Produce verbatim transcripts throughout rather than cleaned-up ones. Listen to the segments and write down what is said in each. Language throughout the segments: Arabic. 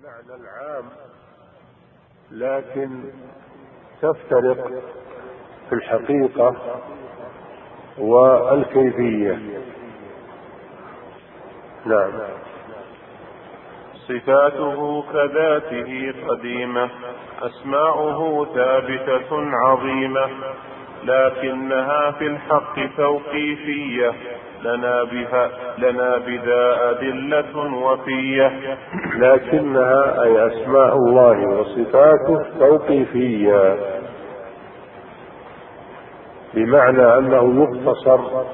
المعنى العام، لكن تفترق في الحقيقة والكيفية. نعم. صفاته كذاته قديمة، أسماؤه ثابتة عظيمة، لكنها في الحق توقيفية، لنا بها لنا بذا أدلة وفية. لكنها أي أسماء الله وصفاته توقيفية، بمعنى أنه يقتصر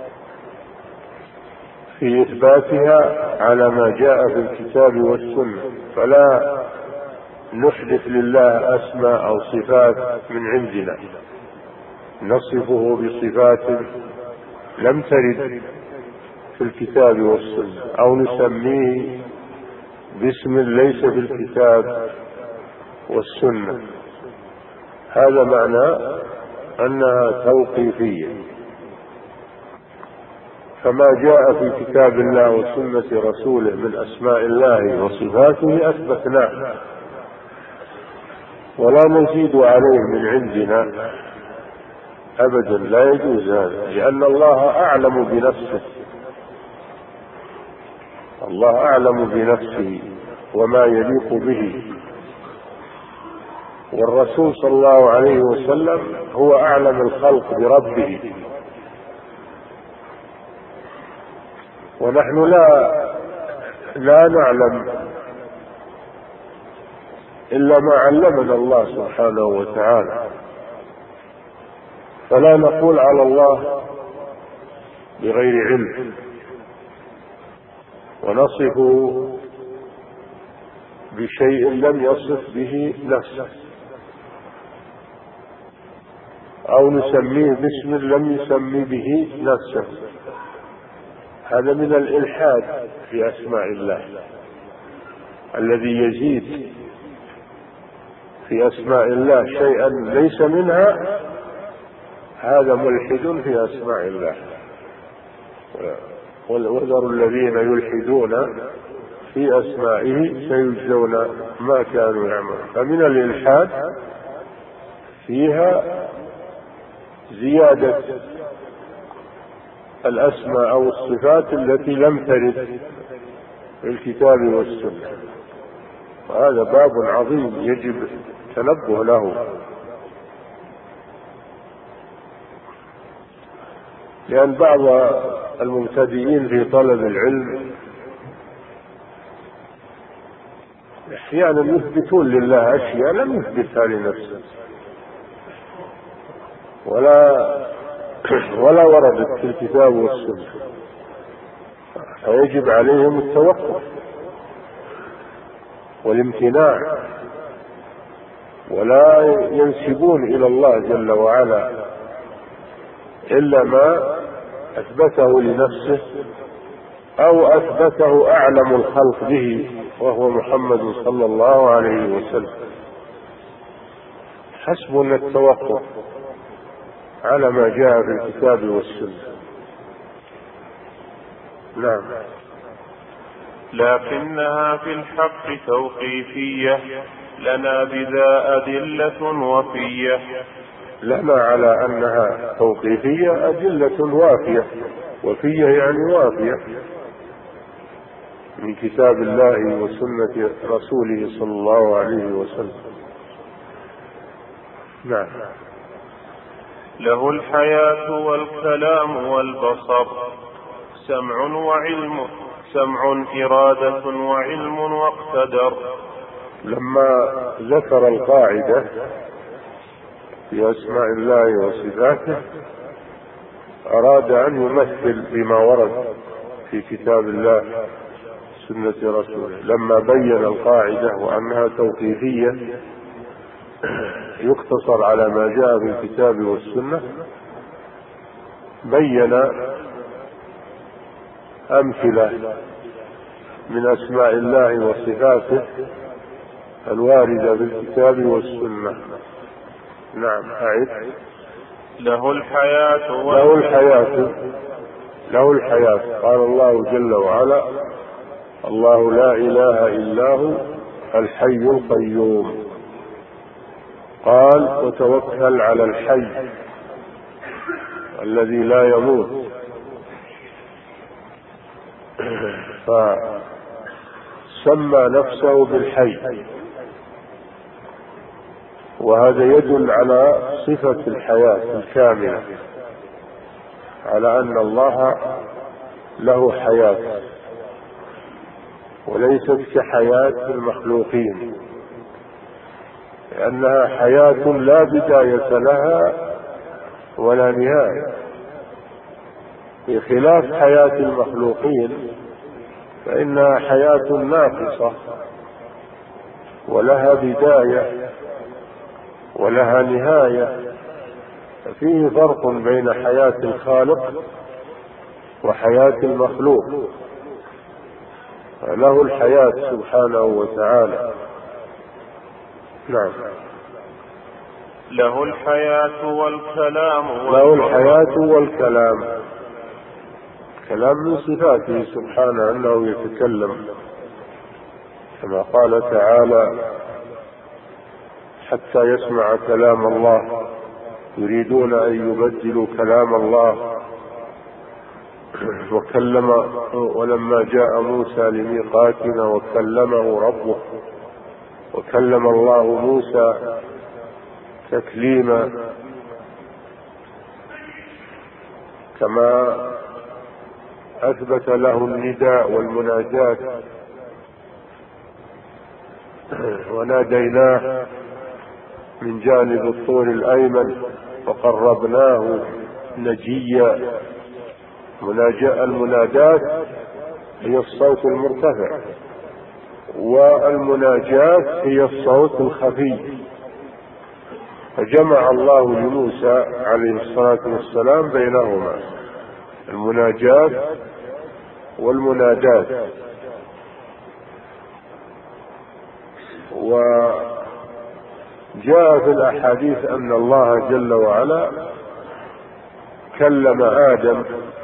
في إثباتها على ما جاء في الكتاب والسنة، فلا نحدث لله أسماء أو صفات من عندنا نصفه بصفات لم ترد في الكتاب والسنة، أو نسميه باسم ليس في الكتاب والسنة. هذا معنى أنها توقيفية، فما جاء في كتاب الله وسنة رسوله من أسماء الله وصفاته أثبتناه، ولا نزيد عليه من عندنا أبدا، لا يجوز هذا، لأن الله أعلم بنفسه، الله أعلم بنفسه وما يليق به، والرسول صلى الله عليه وسلم هو أعلم الخلق بربه، ونحن لا لا نعلم إلا ما علمنا الله سبحانه وتعالى، فلا نقول على الله بغير علم، ونصفه بشيء لم يصف به نفسه، أو نسميه باسم لم يسمي به نفسه. هذا من الإلحاد في أسماء الله، الذي يزيد في أسماء الله شيئا ليس منها، هذا ملحد في أسماء الله. وذروا الذين يلحدون في أسمائه سيجزون ما كانوا يعملون. فمن الإلحاد فيها زيادة الأسماء أو الصفات التي لم ترد في الكتاب والسنة، وهذا باب عظيم يجب التنبه له، لأن بعض المبتدئين في طلب العلم أحيانا يثبتون لله أشياء لم يثبتها لنفسه ولا ولا وردت في الكتاب والسنة، فيجب عليهم التوقف والامتناع، ولا ينسبون إلى الله جل وعلا إلا ما أثبته لنفسه أو أثبته أعلم الخلق به وهو محمد صلى الله عليه وسلم. حسبنا التوقف على ما جاء في الكتاب والسنة. نعم. لكنها في الحق توقيفية، لنا بذا أدلة وفية. لنا على أنها توقيفية أدلة وافية، وفية يعني وافية من كتاب الله وسنة رسوله صلى الله عليه وسلم. نعم. له الحياة والكلام والبصر، سمع وعلم، سمع إرادة وعلم واقتدر. لما ذكر القاعدة في أسماء الله وصفاته أراد أن يمثل بما ورد في كتاب الله سنة رسوله. لما بين القاعدة وأنها توقيفية يقتصر على ما جاء في الكتاب والسنة، بين أمثلة من أسماء الله وصفاته الواردة في الكتاب والسنة. نعم. أعد. له الحياة له الحياة له الحياة قال الله جل وعلا: الله لا إله إلا هو الحي القيوم. قال وتوكل على الحي الذي لا يموت، فسمى نفسه بالحي، وهذا يدل على صفة الحياة الكاملة، على أن الله له حياة وليست كحياة المخلوقين، لأنها حياة لا بداية لها ولا نهاية، بخلاف حياة المخلوقين فإنها حياة ناقصة ولها بداية ولها نهاية. فيه فرق بين حياة الخالق وحياة المخلوق، له الحياة سبحانه وتعالى. نعم. له الحياة والكلام له الحياة والكلام. كلام من صفاته سبحانه أنه يتكلم، كما قال تعالى حتى يسمع كلام الله، يريدون أن يبدلوا كلام الله. وكلم ولما جاء موسى لميقاتنا وكلمه ربه، وكلم الله موسى تكليما، كما أثبت له النداء والمناجاة. وناديناه من جانب الطور الأيمن وقربناه نجيا. المناجاة هي الصوت المرتفع، والمناجاة هي الصوت الخفي، فجمع الله لموسى عليه الصلاة والسلام بينهما، المناجاة والمنادات. وجاء في الأحاديث أن الله جل وعلا كلم آدم،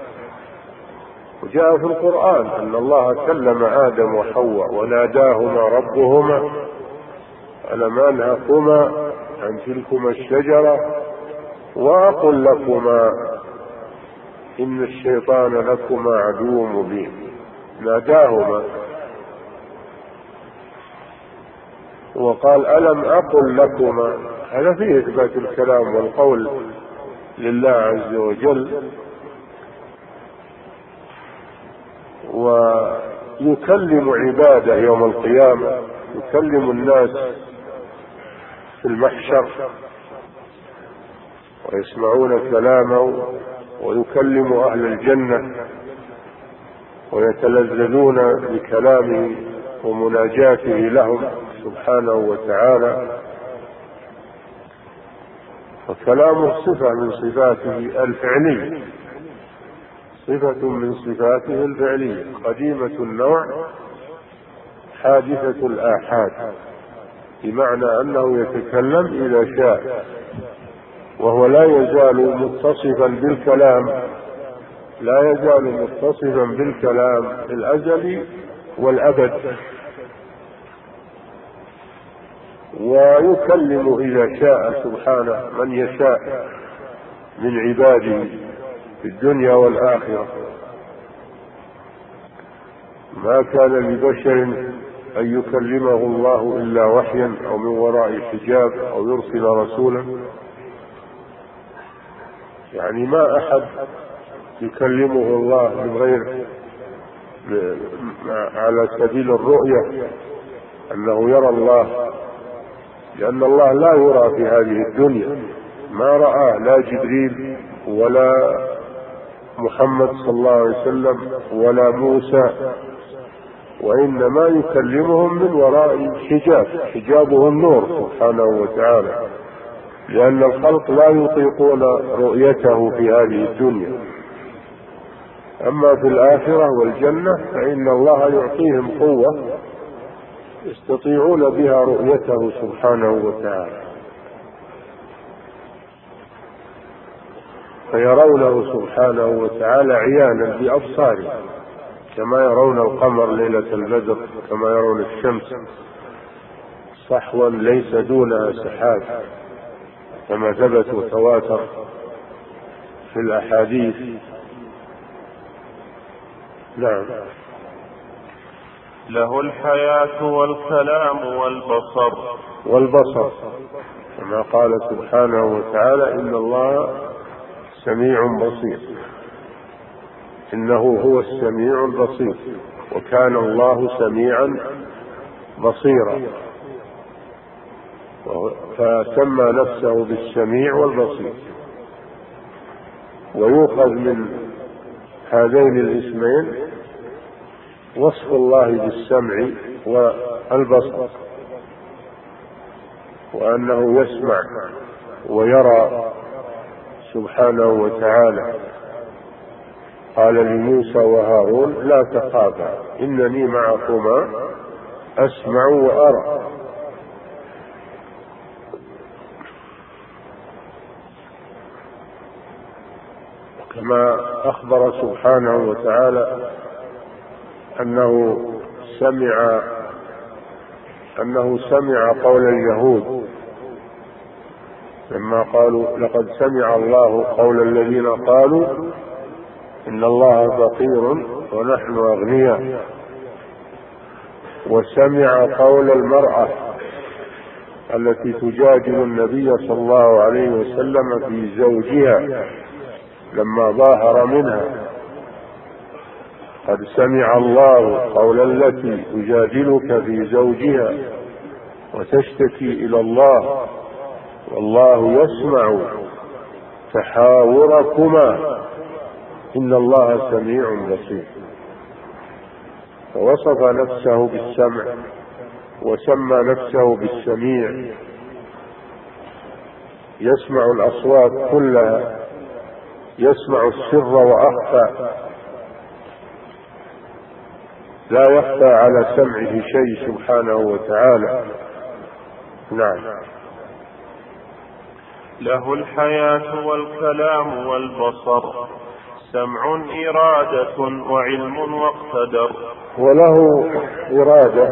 وجاء في القرآن أن الله كلم آدم وحواء وناداهما ربهما ألم أنهكما عن تلكما الشجرة وأقل لكما إن الشيطان لكما عدو مبين. ناداهما وقال ألم أقل لكما، هذا فيه إثبات الكلام والقول لله عز وجل. ويكلم عباده يوم القيامة، يكلم الناس في المحشر ويسمعون كلامه، ويكلم أهل الجنة ويتلذذون بكلامه ومناجاته لهم سبحانه وتعالى. فكلامه صفة من صفاته الفعلية، صفة من صفاته الفعلية، قديمة النوع حادثة الآحاد، بمعنى أنه يتكلم إذا شاء، وهو لا يزال متصفا بالكلام، لا يزال متصفا بالكلام الأزلي والأبد، ويكلم إذا شاء سبحانه من يشاء من عباده في الدنيا والآخرة. ما كان لبشر أن يكلمه الله إلا وحيا أو من وراء حجاب أو يرسل رسولا، يعني ما أحد يكلمه الله من غير على سبيل الرؤية أنه يرى الله، لأن الله لا يرى في هذه الدنيا، ما رآه لا جبريل ولا محمد صلى الله عليه وسلم ولا موسى، وإنما يكلمهم من وراء حجاب، حجابه النور سبحانه وتعالى، لأن الخلق لا يطيقون رؤيته في هذه الدنيا. أما في الآخرة والجنة فإن الله يعطيهم قوة يستطيعون بها رؤيته سبحانه وتعالى، فيرونه سبحانه وتعالى عيانا بأبصارهم، كما يرون القمر ليلة البدر، كما يرون الشمس صحوا ليس دونها سحاب كما ثبت وتواتر في الأحاديث. نعم. له الحياة والكلام والبصر والبصر كما قال سبحانه وتعالى إن الله سميع بصير، إنه هو السميع البصير، وكان الله سميعا بصيرا، فسمى نفسه بالسميع والبصير. ويؤخذ من هذين الاسمين وصف الله بالسمع والبصر، وأنه يسمع ويرى سبحانه وتعالى. قال لموسى وهارون لا تخافا إنني معكما أسمع وأرى. كما أخبر سبحانه وتعالى أنه سمع أنه سمع قول اليهود لما قالوا لقد سمع الله قول الذين قالوا إن الله فقير ونحن أغنياء، وسمع قول المرأة التي تجادل النبي صلى الله عليه وسلم في زوجها لما ظاهر منها قد سمع الله قول التي تجادلك في زوجها وتشتكي إلى الله والله يسمع تحاوركما إن الله سميع بصير. فوصف نفسه بالسمع وسمى نفسه بالسميع، يسمع الأصوات كلها، يسمع السر وأخفى، لا يخفى على سمعه شيء سبحانه وتعالى. نعم. له الحياة والكلام والبصر سمع إرادة وعلم واقتدر. وله إرادة،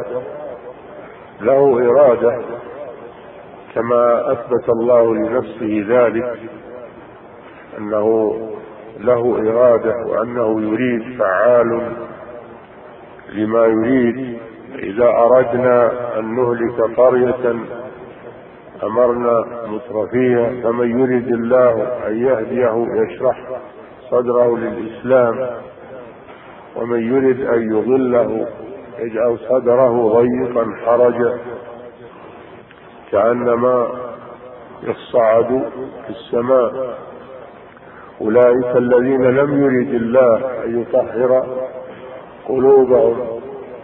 له إرادة كما أثبت الله لنفسه ذلك أنه له إرادة وأنه يريد، فعال لما يريد. إذا أردنا أن نهلك قرية أمرنا مترفيها، فمن يريد الله أن يهديه يشرح صدره للإسلام، ومن يريد أن يضله يجعل صدره ضيقا حرجا كأنما يصعد في السماء. أولئك الذين لم يرد الله أن يطهر قلوبهم.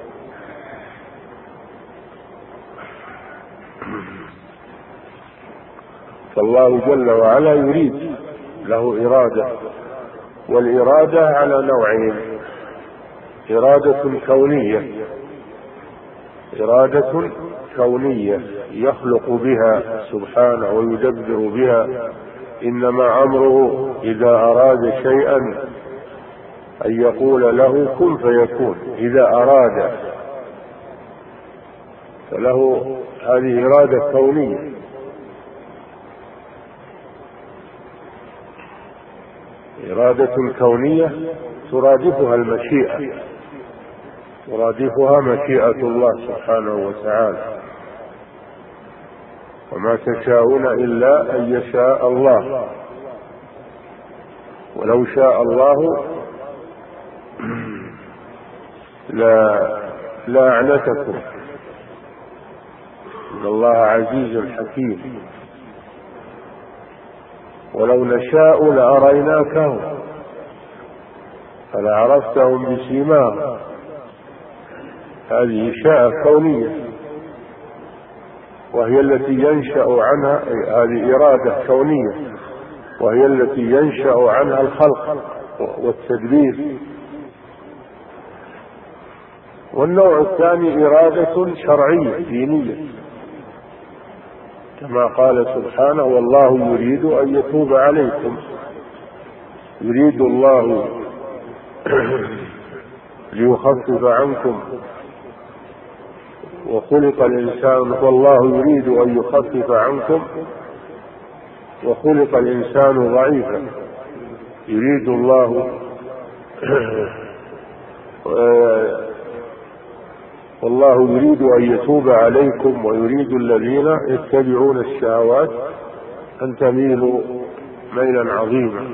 فالله جل وعلا يريد، له إرادة، والإرادة على نوعين: إرادة كونية، إرادة كونية يخلق بها سبحانه ويدبر بها، إنما أمره إذا أراد شيئا أن يقول له كن فيكون. إذا أراد فله هذه إرادة كونية. إرادة كونية ترادفها المشيئة، ترادفها مشيئة الله سبحانه وتعالى، وما تشاءون إلا أن يشاء الله. ولو شاء الله لا لا أعنتكم، إن الله عزيز حكيم. ولو نشاء لأريناكهم فلعرفتهم بسيماهم. هذه إشاءة كونية، وهي التي ينشأ عنها، هذه إرادة كونية وهي التي ينشأ عنها الخلق والتدبير. والنوع الثاني إرادة شرعية دينية، كما قال سبحانه: والله يريد أن يتوب عليكم. يريد الله ليخفف عنكم وخلق الإنسان والله يريد أن يخفف عنكم وخلق الإنسان ضعيفا يريد الله والله يريد أن يتوب عليكم ويريد الذين يتبعون الشهوات أن تميلوا ميلا عظيما.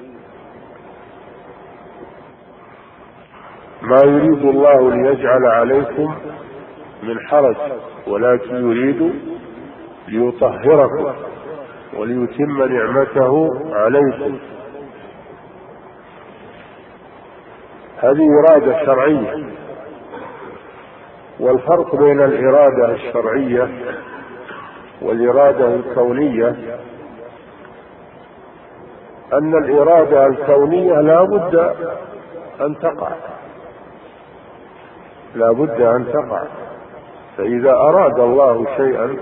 ما يريد الله ليجعل عليكم من حرج ولكن يريد ليطهركم وليتم نعمته عليكم. هذه إرادة شرعية. والفرق بين الإرادة الشرعية والإرادة الكونية أن الإرادة الكونية لا بد أن تقع لا بد أن تقع فإذا أراد الله شيئا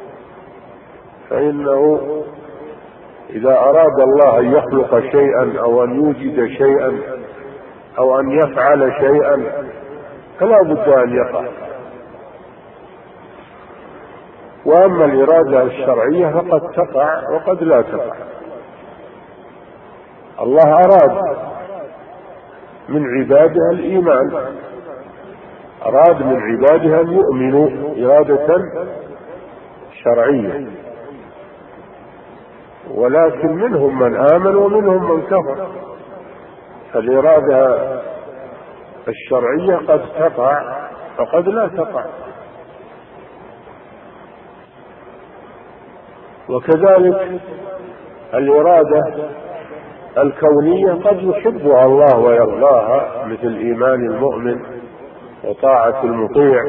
فإنه إذا أراد الله أن يخلق شيئا أو أن يوجد شيئا أو أن يفعل شيئا فلا بد أن يقع. وأما الإرادة الشرعية فقد تقع وقد لا تقع. الله أراد من عباده الإيمان، أراد من عباده أن يؤمنوا إرادة شرعية، ولكن منهم من آمن ومنهم من كفر. فالإرادة الشرعية قد تقع وقد لا تقع. وكذلك الإرادة الكونية قد يحبها الله ويرضاها مثل إيمان المؤمن وطاعة المطيع،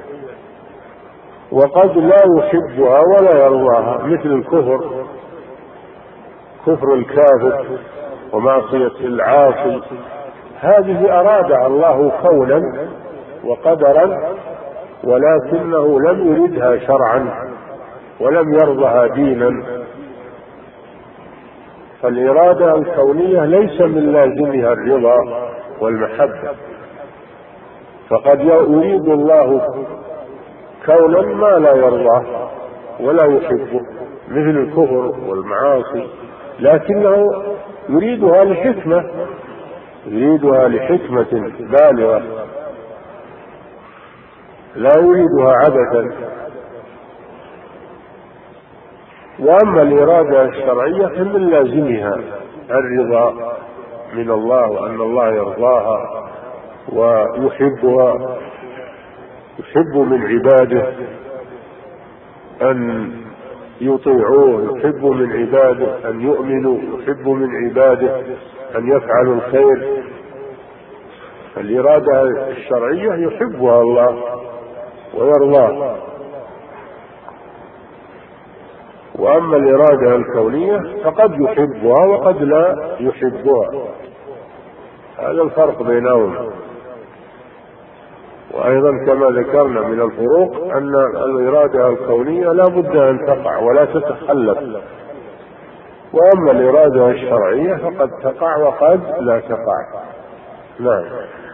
وقد لا يحبها ولا يرضاها مثل الكفر كفر الكافر ومعصية العاصي. هذه أرادها الله كونا وقدرا ولكنه لم يردها شرعا ولم يرضها دينا. فالإرادة الكونية ليس من لازمها الرضا والمحبة، فقد يريد الله كونا ما لا يرضاه ولا يحبه مثل الكفر والمعاصي، لكنه يريدها لحكمة يريدها لحكمة بالغة لا يريدها عبثا. وأما الإرادة الشرعية فمن لازمها الرضا من الله وأن الله يرضاها ويحبها، يحب من عباده أن يطيعوه، يحب من عباده أن يؤمنوا، يحب من عباده أن يفعلوا الخير. الإرادة الشرعية يحبها الله ويرضاها. وأما الإرادة الكونية فقد يحبها وقد لا يحبها. هذا الفرق بينهما. وأيضا كما ذكرنا من الفروق أن الإرادة الكونية لا بد أن تقع ولا تتخلف، وأما الإرادة الشرعية فقد تقع وقد لا تقع. نعم.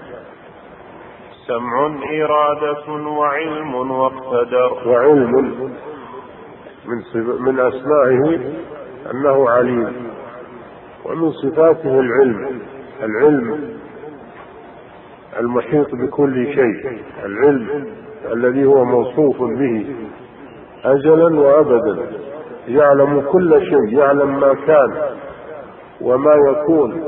سمع إرادة وعلم واقتدر. وعلم من, من أسمائه أنه عليم، ومن صفاته العلم العلم المحيط بكل شيء، العلم الذي هو موصوف به أزلا وأبدا، يعلم كل شيء، يعلم ما كان وما يكون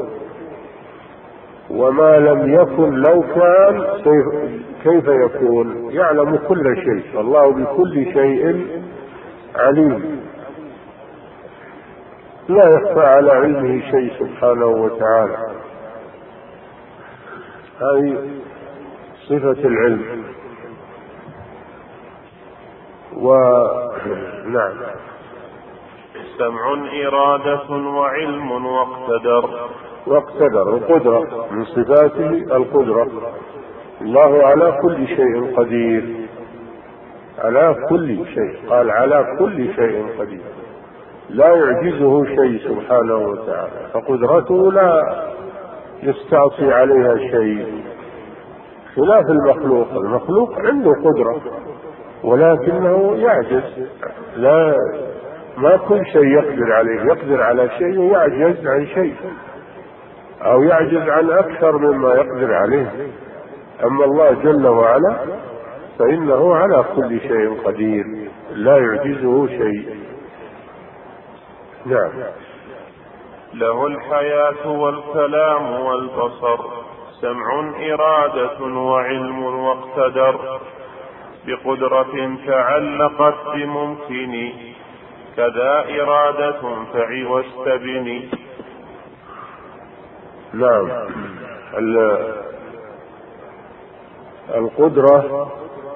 وما لم يكن لو كان كيف يكون، يعلم كل شيء. الله بكل شيء عليم، لا يخفى على علمه شيء سبحانه وتعالى. هذه صفة العلم. ونعم. سمع إرادة وعلم واقتدر. واقتدر القدرة، من صفاته القدرة. الله على كل شيء قدير، على كل شيء، قال على كل شيء قدير، لا يعجزه شيء سبحانه وتعالى، فقدرته لا يستعصي عليها شيء، خلاف المخلوق. المخلوق عنده قدرة ولكنه يعجز، لا ما كل شيء يقدر عليه، يقدر على شيء ويعجز عن شيء، أو يعجز عن أكثر مما يقدر عليه. أما الله جل وعلا فإنه على كل شيء قدير، لا يعجزه شيء. نعم. له الحياة والكلام والبصر، سمع إرادة وعلم واقتدر، بقدرة تعلقت بممكن، كذا إرادة فع واستبن. نعم. القدرة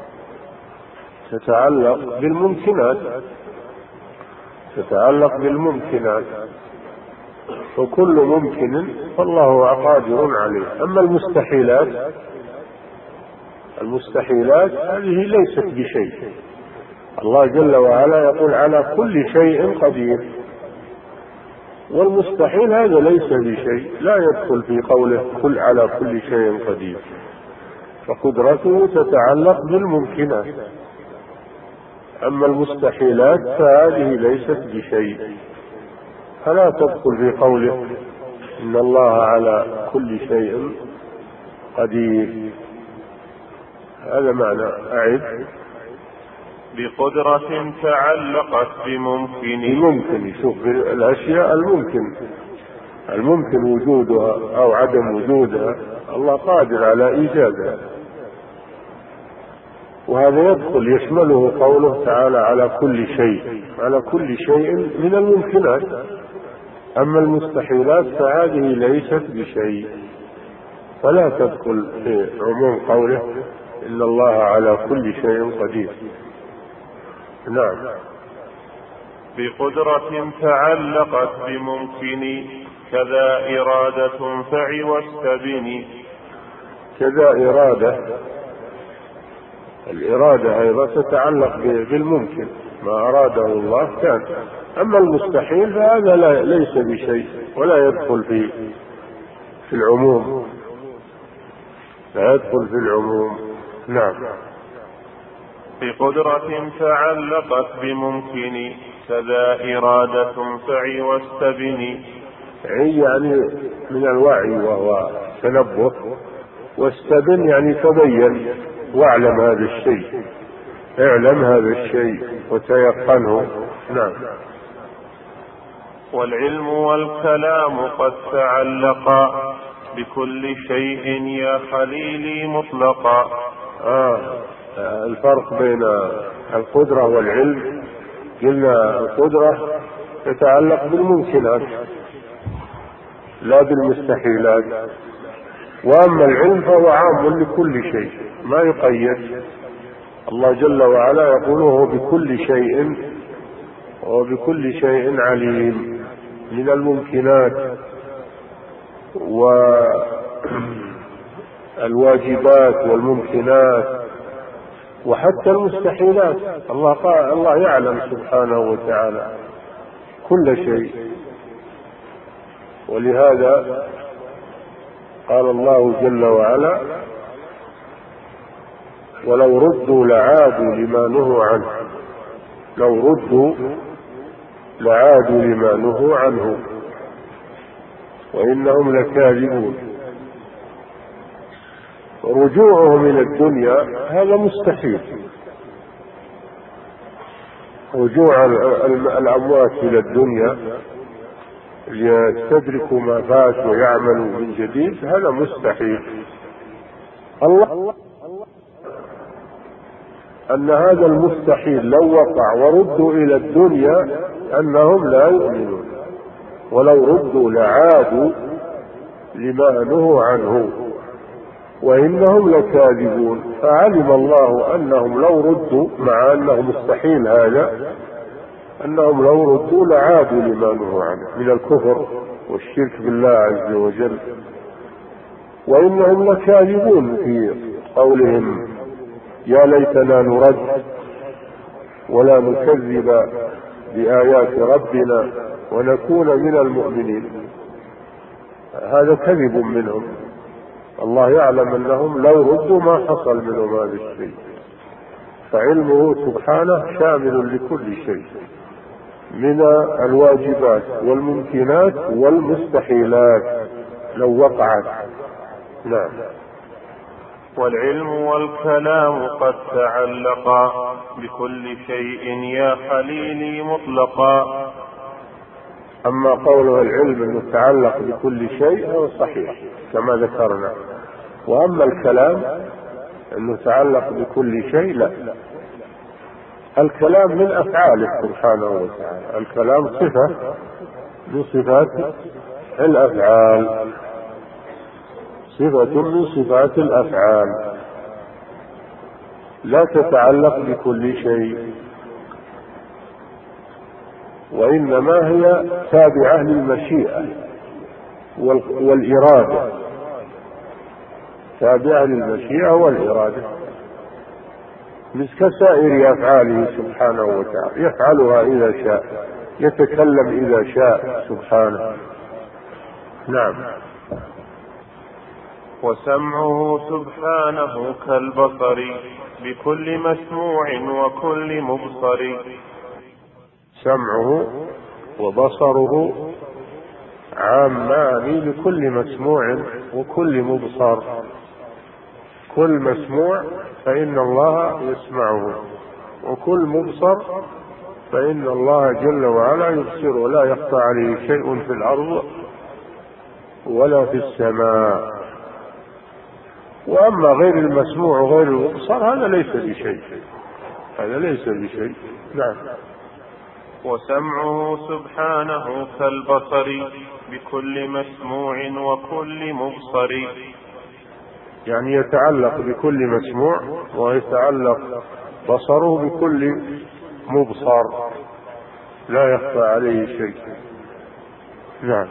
تتعلق بالممكنات، تتعلق بالممكنات، وكل ممكن فالله قادر عليه. أما المستحيلات، المستحيلات هذه ليست بشيء. الله جل وعلا يقول على كل شيء قدير، والمستحيل هذا ليس بشيء، لا يدخل في قوله كل على كل شيء قدير، فقدرته تتعلق بالممكنات. أما المستحيلات فهذه ليست بشيء، فلا تدخل في قوله إن الله على كل شيء قدير. هذا معنى. أعد. بقدرة تعلقت بممكن. الممكن، شوف الأشياء الممكن، الممكن وجودها أو عدم وجودها، الله قادر على إيجادها، وهذا يدخل يشمله قوله تعالى على كل شيء، على كل شيء من الممكنات. أما المستحيلات فهذه ليست بشيء، فلا تدخل في عموم قوله إن الله على كل شيء قدير. نعم. بقدرة تعلقت بممكن، كذا إرادة فع واستبن. كذا إرادة، الإرادة أيضا تتعلق بالممكن، ما أراده الله كان. أما المستحيل فهذا لا ليس بشيء ولا يدخل في في العموم، لا يدخل في العموم. نعم. بقدرة تعلقت بممكن، كذا إرادة فع واستبن. عي يعني من الوعي وهو تنبه، واستبن يعني تبين، واعلم هذا الشيء، اعلم هذا الشيء وتيقنه. نعم. والعلم والكلام قد تعلقا، بكل شيء يا خليلي مطلقا. آه الفرق بين القدرة والعلم، قلنا القدرة تتعلق بالممكنات لا بالمستحيلات، وأما العلم فهو عام لكل شيء ما يقيد. الله جل وعلا يقول وهو بكل شيء وهو بكل شيء عليم، من الممكنات والواجبات والممكنات وحتى المستحيلات. الله قال الله يعلم سبحانه وتعالى كل شيء، ولهذا قال الله جل وعلا ولو ردوا لعادوا لما نهوا عنه، لو ردوا لعادوا لما نهوا عنه وإنهم لكاذبون. رجوعهم إلى الدنيا هذا مستحيل، رجوع الأموات إلى الدنيا ليستدركوا ما فات ويعملوا من جديد هذا مستحيل. الله أن هذا المستحيل لو وقع وردوا إلى الدنيا أنهم لا يؤمنون، ولو ردوا لعادوا لما نهوا عنه وإنهم لكاذبون. فعلم الله أنهم لو ردوا، مع أنه مستحيل هذا، أنهم لو ردوا لعادوا لما نهوا عنه من الكفر والشرك بالله عز وجل، وإنهم لكاذبون في قولهم يا ليتنا نرد ولا نكذب بآيات ربنا ونكون من المؤمنين. هذا كذب منهم، الله يعلم أنهم لو ردوا ما حصل منهم هذا الشيء. فعلمه سبحانه شامل لكل شيء من الواجبات والممكنات والمستحيلات لو وقعت. نعم. والعلم والكلام قد تعلقا بكل شيء يا خليلي مطلقا. أما قوله العلم أنه تعلق بكل شيء هو صحيح كما ذكرنا، وأما الكلام أنه تعلق بكل شيء لا. الكلام من أفعاله سبحانه وتعالى، الكلام صفة من صفات الأفعال، صفة من صفات الأفعال لا تتعلق بكل شيء، وإنما هي تابعة للمشيئة والإرادة، تابعة للمشيئة والإرادة مثل كسائر أفعاله سبحانه وتعالى، يفعلها إذا شاء، يتكلم إذا شاء سبحانه. نعم. وسمعه سبحانه كالبصر بكل مسموع وكل مبصر. سمعه وبصره عامان لكل مسموع وكل مبصر. كل مسموع فإن الله يسمعه، وكل مبصر فإن الله جل وعلا يبصر، ولا يخفى عليه شيء في الأرض ولا في السماء. وأما غير المسموع وغير المبصر هذا ليس بشيء، هذا ليس بشيء. نعم. وسمعه سبحانه كالبصر بكل مسموع وكل مبصر، يعني يتعلق بكل مسموع ويتعلق بصره بكل مبصر، لا يخفى عليه شيء. نعم.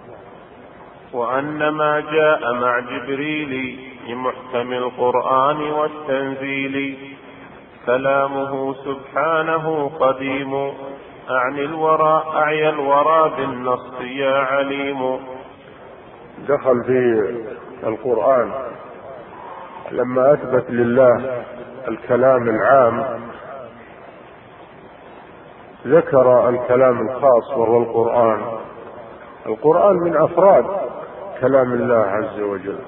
وأن ما جاء مع جبريل لمحكم القرآن والتنزيل كلامه سبحانه قديم، أعني الورى أعيا الورى بالنص يا عليم. دخل في القرآن لما أثبت لله الكلام العام ذكر الكلام الخاص وهو القرآن. القرآن من أفراد كلام الله عز وجل.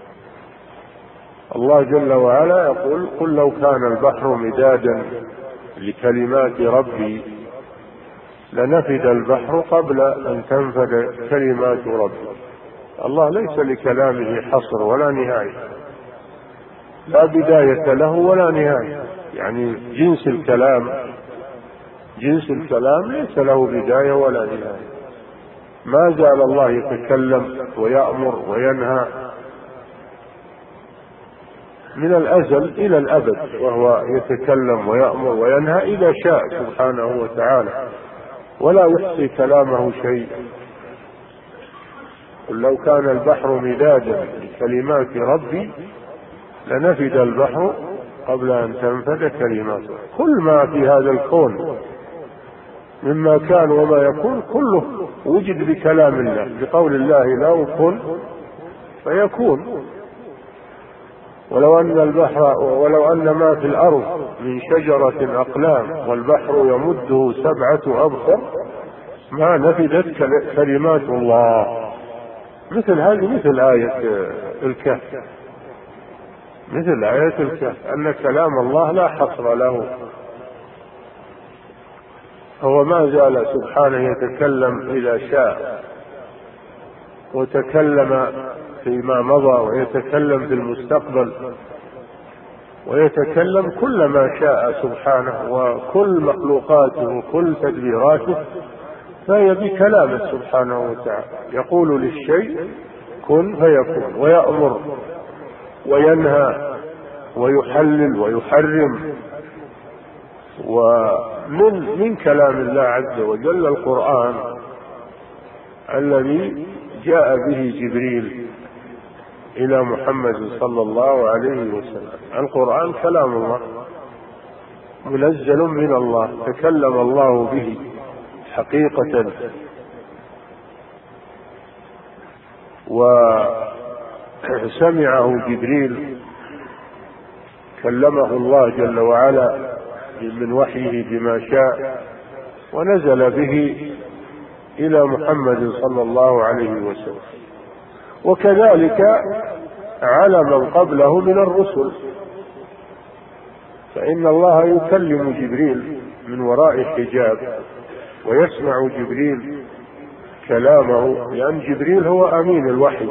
الله جل وعلا يقول: قل لو كان البحر مدادا لكلمات ربي لنفد البحر قبل أن تنفد كلمات ربي. الله ليس لكلامه حصر ولا نهاية، لا بداية له ولا نهاية، يعني جنس الكلام جنس الكلام ليس له بداية ولا نهاية. ما زال الله يتكلم ويأمر وينهى من الأزل إلى الأبد، وهو يتكلم ويأمر وينهى إذا شاء سبحانه وتعالى، ولا يحصي كلامه شيء. قل لو كان البحر مدادا لكلمات ربي لنفد البحر قبل أن تنفد كلماته. كل ما في هذا الكون مما كان وما يكون كله وجد بكلام الله، بقول الله له كن فيكون. ولو أن البحر ولو أن ما في الأرض من شجرة أقلام والبحر يمده سبعة أبحر ما نفدت كلمات الله. مثل هذه مثل آية الكهف، مثل آية الكهف أن كلام الله لا حصر له. هو ما زال سبحانه يتكلم إذا شاء، وتكلم فيما مضى ويتكلم في المستقبل، ويتكلم كل ما شاء سبحانه، وكل مخلوقاته وكل تدبيراته فهي بكلامه سبحانه وتعالى. يقول للشيء كن فيكون، ويأمر وينهى ويحلل ويحرم. ومن من كلام الله عز وجل القرآن الذي جاء به جبريل إلى محمد صلى الله عليه وسلم. القرآن كلام الله منزل من الله، تكلم الله به حقيقة، وسمعه جبريل كلمه الله جل وعلا من وحيه بما شاء، ونزل به إلى محمد صلى الله عليه وسلم. وكذلك على من قبله من الرسل، فإن الله يكلم جبريل من وراء حجاب، ويسمع جبريل كلامه، لأن جبريل هو أمين الوحي،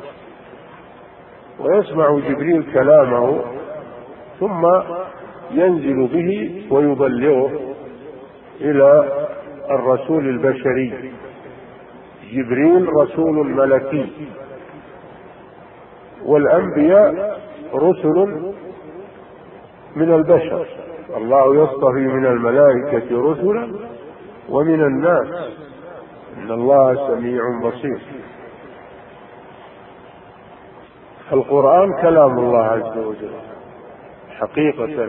ويسمع جبريل كلامه ثم ينزل به ويبلغه إلى الرسول البشري. جبريل رسول ملكي، والأنبياء رسل من البشر. الله يصطفي من الملائكة رسلا ومن الناس، إن الله سميع بصير. القرآن كلام الله عز وجل حقيقة،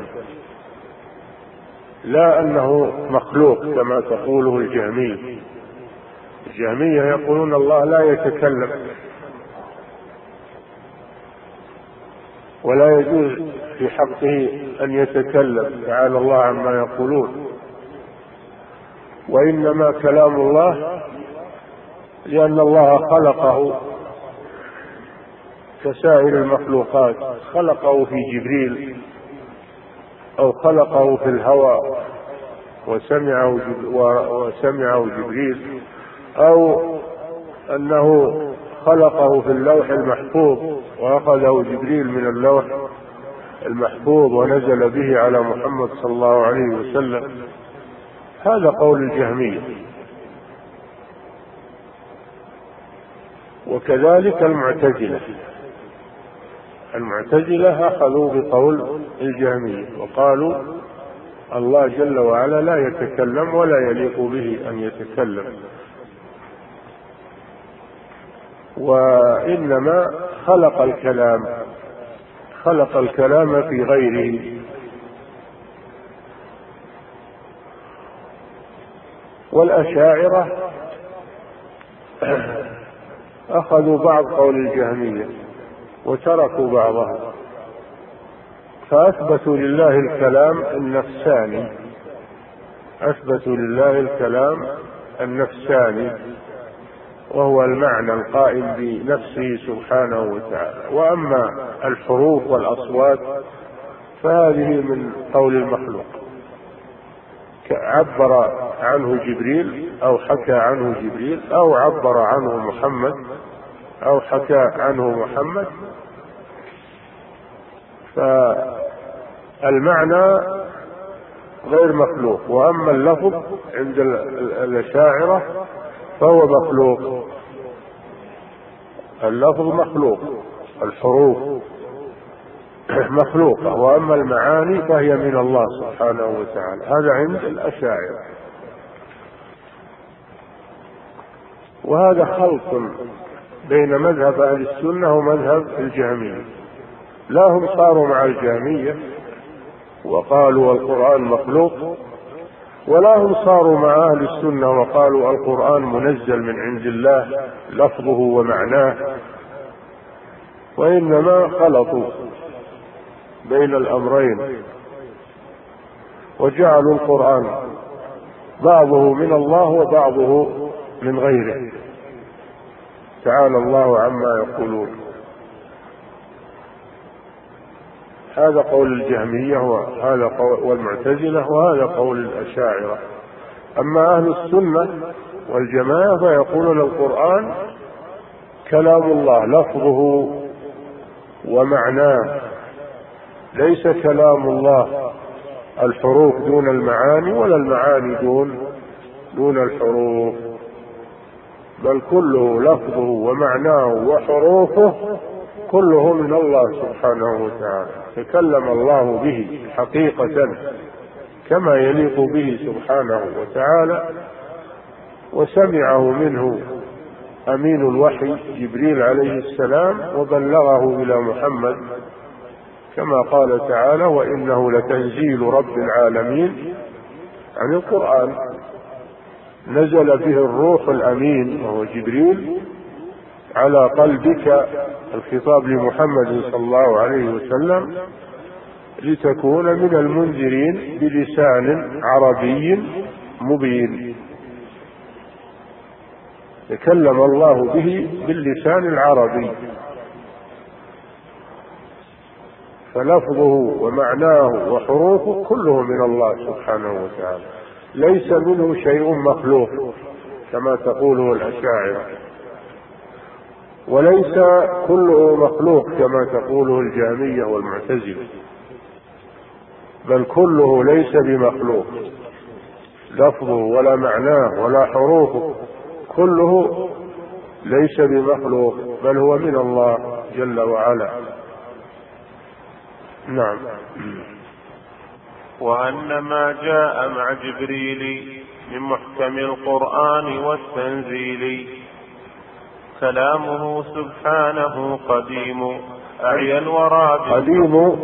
لا أنه مخلوق كما تقوله الجهمية. الجهمية يقولون الله لا يتكلم ولا يجوز في حقه أن يتكلم، تعالى الله عما يقولون، وإنما كلام الله لأن الله خلقه كسائر المخلوقات، خلقه في جبريل أو خلقه في الهواء وسمعه وسمعه جبريل، أو أنه خلقه في اللوح المحفوظ وأخذه جبريل من اللوح المحفوظ ونزل به على محمد صلى الله عليه وسلم. هذا قول الجهمية. وكذلك المعتزلة المعتزلة أخذوا بقول الجهمية وقالوا الله جل وعلا لا يتكلم ولا يليق به أن يتكلم، وإنما خلق الكلام خلق الكلام في غيره. والأشاعرة أخذوا بعض قول الجهمية وتركوا بعضها، فأثبتوا لله الكلام النفساني أثبتوا لله الكلام النفساني وهو المعنى القائم بنفسه سبحانه وتعالى. وأما الحروف والأصوات فهذه من قول المخلوق، عبر عنه جبريل أو حكى عنه جبريل أو عبر عنه محمد أو حكى عنه محمد، فالمعنى غير مخلوق. وأما اللفظ عند الأشاعرة فهو مخلوق، اللفظ مخلوق، الحروف مخلوقة، وأما المعاني فهي من الله سبحانه وتعالى. هذا عند الأشاعرة. وهذا خلط بين مذهب أهل السنة ومذهب الجهمية. لا هم صاروا مع الجهمية وقالوا القرآن مخلوق، ولا هم صاروا مع أهل السنة وقالوا القرآن منزل من عند الله لفظه ومعناه، وإنما خلطوا بين الأمرين وجعلوا القرآن بعضه من الله وبعضه من غيره، تعالى الله عما يقولون. هذا قول الجهمية وهذا قول والمعتزلة وهذا قول الأشاعرة. أما أهل السنة والجماعة فيقولون القرآن كلام الله لفظه ومعناه، ليس كلام الله الحروف دون المعاني ولا المعاني دون دون الحروف، بل كله لفظه ومعناه وحروفه كله من الله سبحانه وتعالى. تكلم الله به حقيقة كما يليق به سبحانه وتعالى، وسمعه منه أمين الوحي جبريل عليه السلام وبلغه إلى محمد كما قال تعالى وإنه لتنزيل رب العالمين. عن القرآن نزل به الروح الأمين وهو جبريل على قلبك، الخطاب لمحمد صلى الله عليه وسلم، لتكون من المنذرين بلسان عربي مبين. تكلم الله به باللسان العربي، فلفظه ومعناه وحروفه كله من الله سبحانه وتعالى، ليس منه شيء مخلوق كما تقوله الأشاعرة، وليس كله مخلوق كما تقوله الجهمية والمعتزلة، بل كله ليس بمخلوق، لفظه ولا معناه ولا حروفه كله ليس بمخلوق، بل هو من الله جل وعلا. نعم. وأن ما جاء مع جبريل من محكم القرآن والتنزيل كلامه سبحانه قديم أعيا الورى. قديم،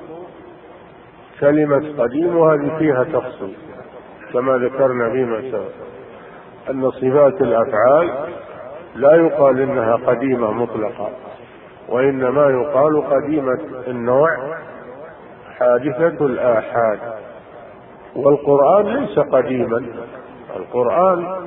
كلمة قديم هذه فيها تفصيل كما ذكرنا فيما سبق، أن صفات الأفعال لا يقال إنها قديمة مطلقة، وإنما يقال قديمة النوع حادثة الآحاد. والقرآن ليس قديما، القرآن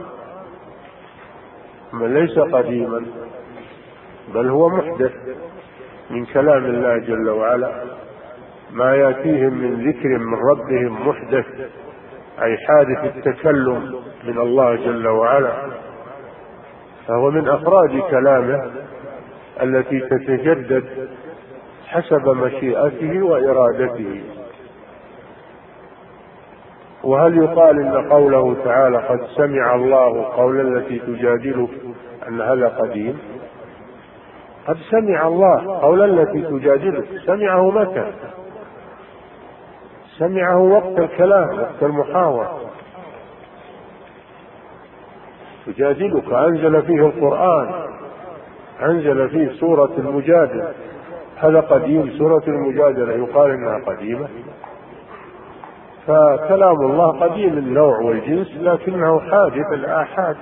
ليس قديما بل هو محدث من كلام الله جل وعلا، ما يأتيهم من ذكر من ربهم محدث، أي حادث التكلم من الله جل وعلا، فهو من أفراد كلامه التي تتجدد حسب مشيئته وإرادته. وهل يقال إن قوله تعالى قد سمع الله قول التي تجادلك أن هذا قديم؟ قد سمع الله قول التي تجادلك، سمعه متى؟ سمعه وقت الكلام، وقت المحاورة. تجادلك أنزل فيه القرآن، أنزل فيه سورة المجادلة، هذا قديم؟ سورة المجادلة يقال إنها قديمة؟ فكلام الله قديم النوع والجنس، لكنه حادث الآحاد،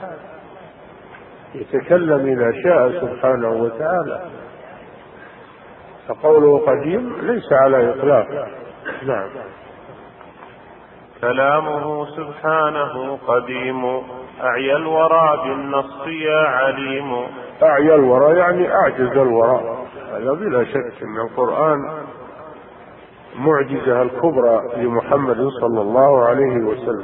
يتكلم إذا شاء سبحانه وتعالى، فقوله قديم ليس على إطلاق. نعم. كلامه سبحانه قديم أعيا الورى بالنص يا عليم. أعيا الورى يعني أعجز الورى، هذا بلا شك أن القرآن معجزة الكبرى لمحمد صلى الله عليه وسلم،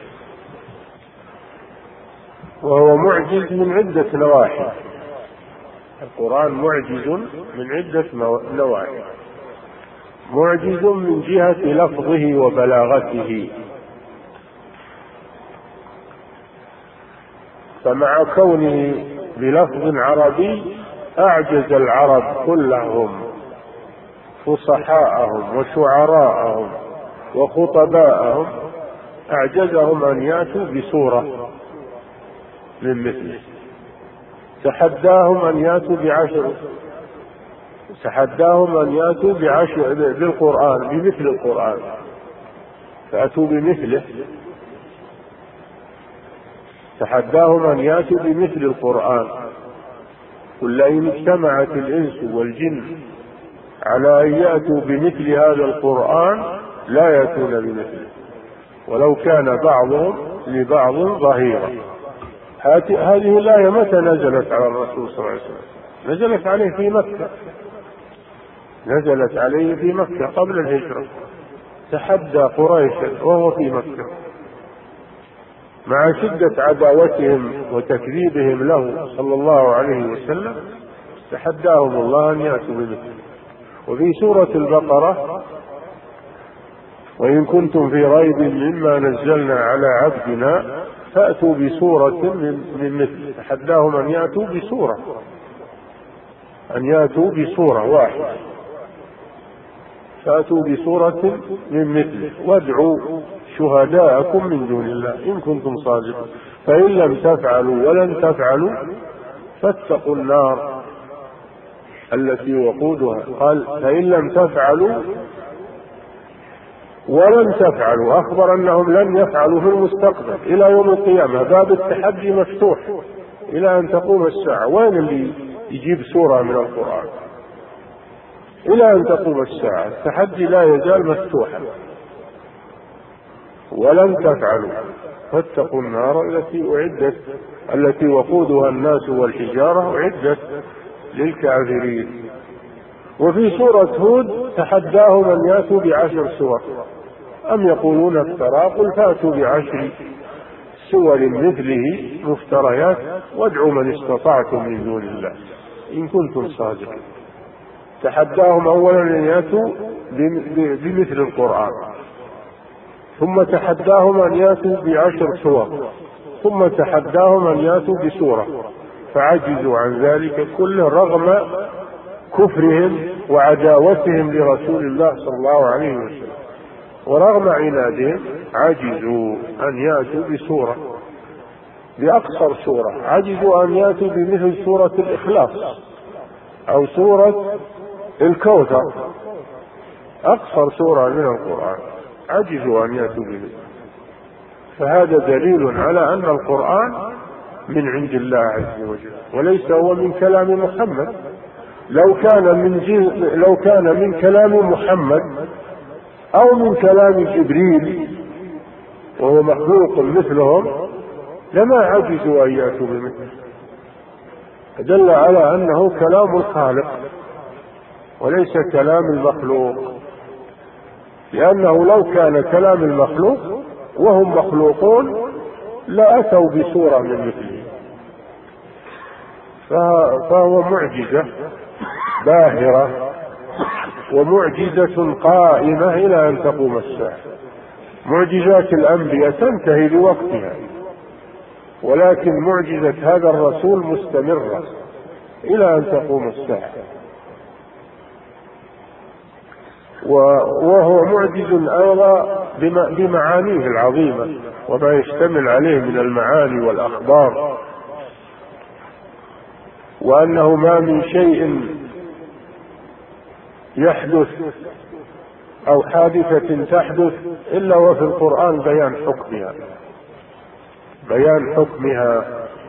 وهو معجز من عدة نواحي. القرآن معجز من عدة نواحي، معجز من جهة لفظه وبلاغته، فمع كونه بلفظ عربي أعجز العرب كلهم، فصحاءهم وشعراءهم وخطباءهم، أعجزهم أن يأتوا بسورة من مثله. تحداهم أن يأتوا بعشر، تحداهم أن يأتوا بعشر بالقرآن بمثل القرآن، فأتوا بمثله. تحداهم أن يأتوا بمثل القرآن، قل لئن اجتمعت الإنس والجن على أن يأتوا بمثل هذا القرآن لا يأتون بمثله ولو كان بعضهم لبعض ظهيرا. هذه الآية متى نزلت على الرسول صلى الله عليه وسلم؟ نزلت عليه في مكة، نزلت عليه في مكة قبل الهجرة، تحدى قريشا وهو في مكة مع شدة عداوتهم وتكذيبهم له صلى الله عليه وسلم، تحداهم الله أن يأتوا بمثله. وفي سورة البقرة وإن كنتم في ريب مما نزلنا على عبدنا فأتوا بسورة من مثله، تحداهم أن يأتوا بسورة، أن يأتوا بسورة واحدة، فأتوا بسورة من مثله وادعوا شهداءكم من دون الله إن كنتم صادقين فإن لم تفعلوا ولن تفعلوا فاتقوا النار التي وقودها. قال فإن لم تفعلوا ولن تفعلوا، أخبر أنهم لن يفعلوا في المستقبل إلى يوم القيامة، باب التحدي مفتوح إلى أن تقوم الساعة. وين اللي يجيب سورة من القرآن؟ إلى أن تقوم الساعة. التحدي لا يزال مفتوحا، ولن تفعلوا فاتقوا النار التي أعدت التي وقودها الناس والحجارة أعدت للكافرين. وفي سورة هود تحداهم أن يأتوا بعشر سور، أم يقولون افترى، قل فأتوا بعشر سور مثله مفتريات وادعوا من استطعتم من دون الله إن كنتم صادقين. تحداهم أولا أن يأتوا بمثل القرآن، ثم تحداهم أن يأتوا بعشر سور، ثم تحداهم أن يأتوا بسورة، فعجزوا عن ذلك كله رغم كفرهم وعداوتهم لرسول الله صلى الله عليه وسلم، ورغم عنادهم عجزوا أن يأتوا بسورة بأقصر سورة، عجزوا أن يأتوا بمثل سورة الإخلاص أو سورة الكوثر، أقصر سورة من القرآن، عجزوا أن يأتوا به. فهذا دليل على أن القرآن من عند الله عز وجل وليس هو من كلام محمد. لو كان من لو كان من كلام محمد أو من كلام جبريل وهو مخلوق مثلهم لما عجزوا أن يأتوا بمثله، دل على أنه كلام الخالق وليس كلام المخلوق، لأنه لو كان كلام المخلوق وهم مخلوقون لأتوا بسورة من مثله. فهو معجزة باهرة ومعجزة قائمة إلى أن تقوم الساعة. معجزات الأنبياء تنتهي بوقتها، ولكن معجزة هذا الرسول مستمرة إلى أن تقوم الساعة، وهو معجز أيضا بمعانيه العظيمة وما يشتمل عليه من المعاني والأخبار، وأنه ما من شيء يحدث أو حادثة تحدث إلا وفي القرآن بيان حكمها بيان حكمها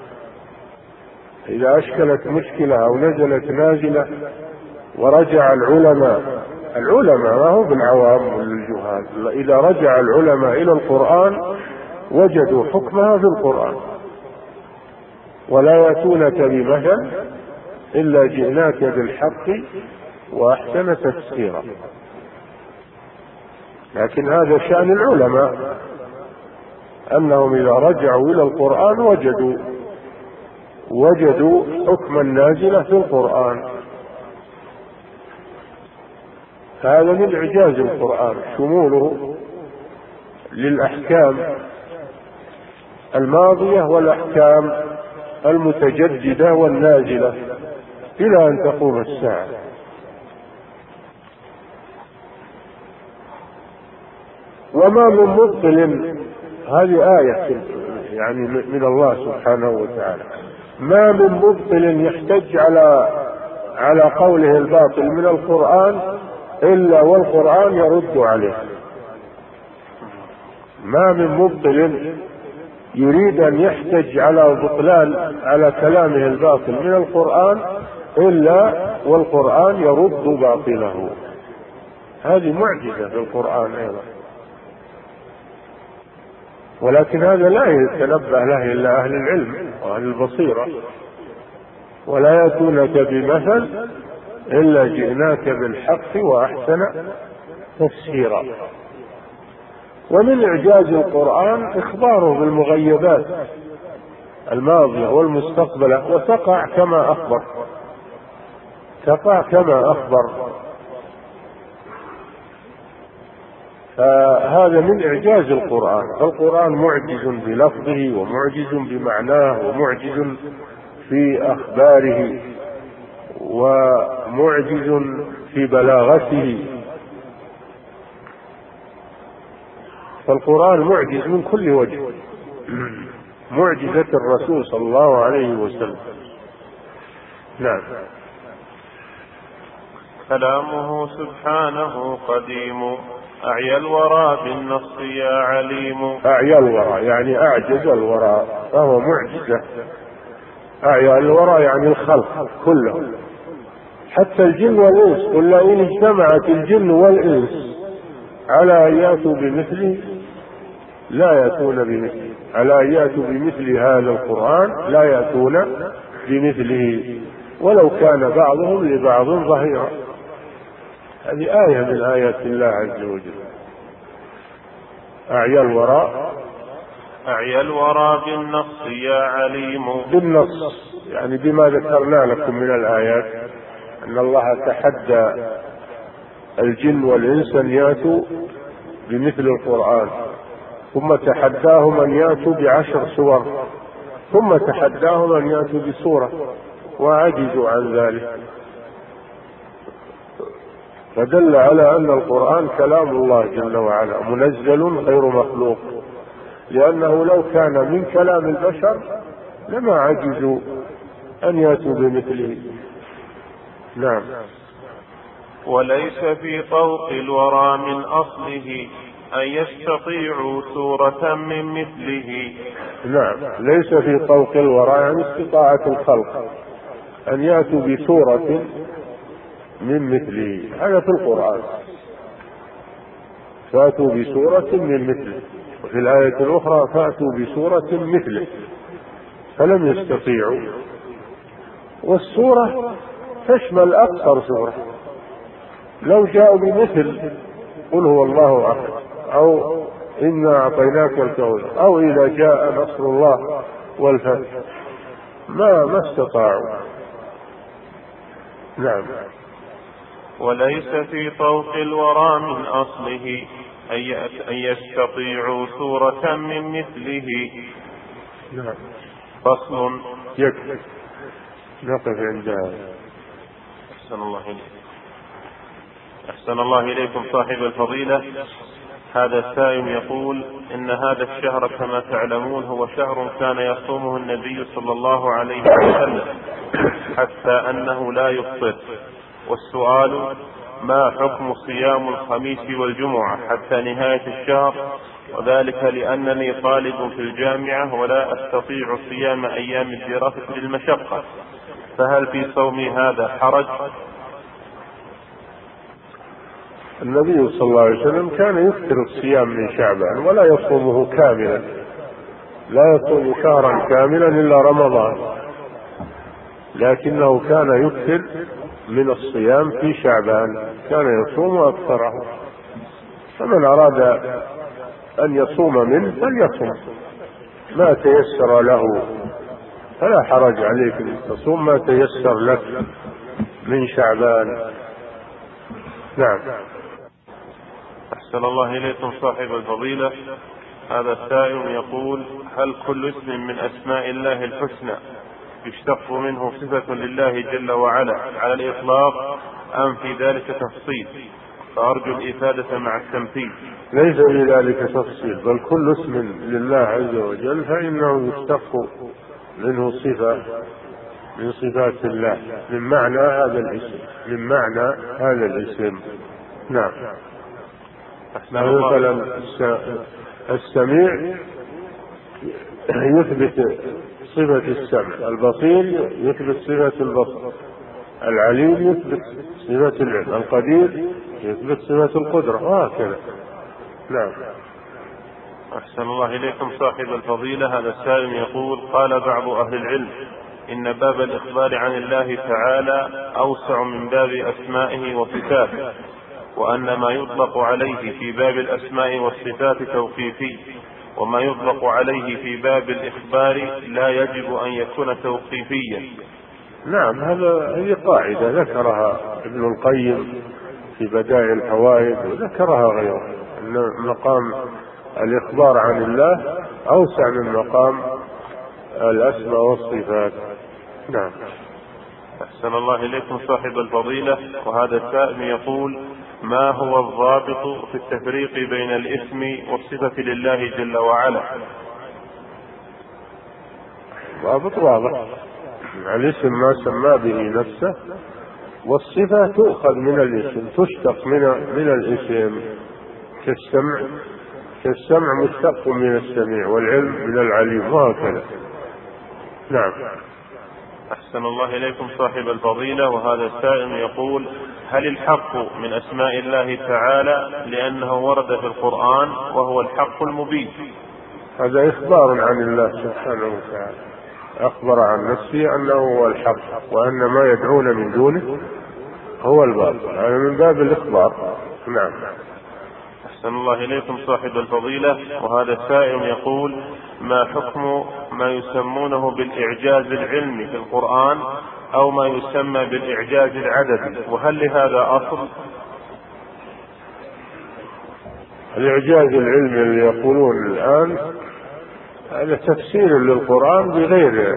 إذا أشكلت مشكلة أو نزلت نازلة ورجع العلماء العلماء ما هو بالعوام والجهال، إذا رجع العلماء إلى القرآن وجدوا حكمها في القرآن. ولا يأتونك بمثل إلا جئناك بالحق وأحسن تفسيرا. لكن هذا شأن العلماء أنهم إذا رجعوا إلى القرآن وجدوا وجدوا حكما نازلا في القرآن. هذا من إعجاز القرآن شموله للأحكام الماضية والأحكام المتجددة والنازلة إلى أن تقوم الساعة. وما من مبطل، هذه آية يعني من الله سبحانه وتعالى، ما من مبطل يحتج على على قوله الباطل من القرآن إلا والقرآن يرد عليه. ما من مبطل يريد أن يحتج على بطلان على كلامه الباطل من القرآن إلا والقرآن يرد باطله. هذه معجزة في القرآن أيضا، ولكن هذا لا يتنبه له إلا أهل العلم وأهل البصيرة. ولا يأتونك بمثل إلا جئناك بالحق وأحسن تفسيرا. ومن إعجاز القرآن إخباره بالمغيبات الماضية والمستقبلة، وتقع كما أخبر تقع كما أخبر فهذا من إعجاز القرآن. القرآن معجز بلفظه ومعجز بمعناه ومعجز في أخباره ومعجز في بلاغته. فالقرآن معجز من كل وجه، معجزة الرسول صلى الله عليه وسلم. نعم. كلامه سبحانه قديم أعيا الورى بالنص يا عليم. أعيا الورى يعني أعجز الورى، فهو معجزة. أعيا الورى يعني الخلق كله، حتى الجن والإنس، قل لئن اجتمعت الجن والإنس على أن يأتوا بمثله لا يأتون بمثله، على أن يأتوا بمثل هذا القرآن لا يأتون بمثله ولو كان بعضهم لبعض ظهيرا. هذه آية من آيات الله عز وجل. أعيا الوراء أعيا الورى بالنص يا عليم. بالنص يعني بما ذكرنا لكم من الآيات أن الله تحدى الجن والإنس أن يأتوا بمثل القرآن، ثم تحداهم أن يأتوا بعشر سور، ثم تحداهم أن يأتوا بسورة وعجزوا عن ذلك، فدل على أن القرآن كلام الله جل وعلا منزل غير مخلوق، لأنه لو كان من كلام البشر لما عجزوا أن يأتوا بمثله. نعم. وليس في طوق الورى من أصله أن يستطيعوا سورة من مثله. نعم، ليس في طوق الورى يعني استطاعة الخلق أن يأتوا بسورة من مثله، هذا في القرآن، فأتوا بسورة من مثله، وفي الآية الأخرى فأتوا بسورة مثله، فلم يستطيعوا. والسورة تشمل أكثر سورة، لو جاءوا بمثل قل هو الله أحد أو إنا أعطيناك الكوثر أو إذا جاء نصر الله والفتح ما ما استطاعوا. نعم. وليس في طوق الورى من أصله أن يستطيعوا سورة من مثله. نعم. فصل. يكفي نقف عندها. أحسن الله إليكم. أحسن الله إليكم صاحب الفضيلة. هذا السائل يقول إن هذا الشهر كما تعلمون هو شهر كان يصومه النبي صلى الله عليه وسلم حتى أنه لا يفطر، والسؤال ما حكم صيام الخميس والجمعة حتى نهاية الشهر، وذلك لأنني طالب في الجامعة ولا أستطيع صيام أيام الدراسة للمشقة، فهل في صومي هذا حرج؟ النبي صلى الله عليه وسلم كان يكثر الصيام من شعبان ولا يصومه كاملا، لا يصوم شهرا كاملا إلا رمضان، لكنه كان يكثر من الصيام في شعبان، كان يصوم أكثره، فمن أراد أن يصوم منه فليصوم ما تيسر له، فلا حرج عليك أن تصوم ما تيسر لك من شعبان. نعم. أحسن الله إليكم صاحب الفضيلة. هذا السائل يقول هل كل اسم من أسماء الله الحسنى يشتق منه صفة لله جل وعلا على الإطلاق أم في ذلك تفصيل؟ فأرجو الإفادة مع التمثيل. ليس في ذلك تفصيل، بل كل اسم لله عز وجل فإنه يشتق منه صفة من صفات الله من معنى هذا الاسم من معنى هذا الاسم. نعم. مثلا السميع يثبت صفة السمع، البصير يثبت صفة البصر، العليم يثبت صفة العلم، القدير يثبت صفة القدرة، وهكذا. نعم. أحسن الله إليكم صاحب الفضيلة. هذا السائل يقول قال بعض أهل العلم إن باب الإخبار عن الله تعالى أوسع من باب أسمائه وصفاته، وأن ما يطلق عليه في باب الأسماء والصفات توقيفي، وما يطلق عليه في باب الإخبار لا يجب أن يكون توقيفيا. نعم، هذا هي قاعدة ذكرها ابن القيم في بدائع الفوائد وذكرها غيره، أن مقام الإخبار عن الله أوسع من مقام الأسماء والصفات. نعم. أحسن الله إليكم صاحب الفضيلة. وهذا السائل يقول ما هو الضابط في التفريق بين الاسم والصفة لله جل وعلا؟ ضابط واضح، الاسم ما سمى به نفسه، والصفة تؤخذ من الاسم، تشتق من من الاسم، كالسمع كالسمع مشتق من السميع، والعلم من العليم، وهكذا. نعم. أحسن الله إليكم صاحب الفضيلة، وهذا السائل يقول: هل الحق من أسماء الله تعالى لأنه ورد في القرآن وهو الحق المبين؟ هذا إخبار عن الله سبحانه وتعالى، أخبر عن نفسه أنه هو الحق وأن ما يدعون من دونه هو الباطل، هذا من باب الإخبار. نعم. أحسن الله إليكم صاحب الفضيلة، وهذا السائل يقول: ما حكم ما يسمونه بالإعجاز العلمي في القرآن أو ما يسمى بالإعجاز العددي، وهل لهذا أصل؟ الإعجاز العلمي اللي يقولون الآن هذا تفسير للقرآن بغير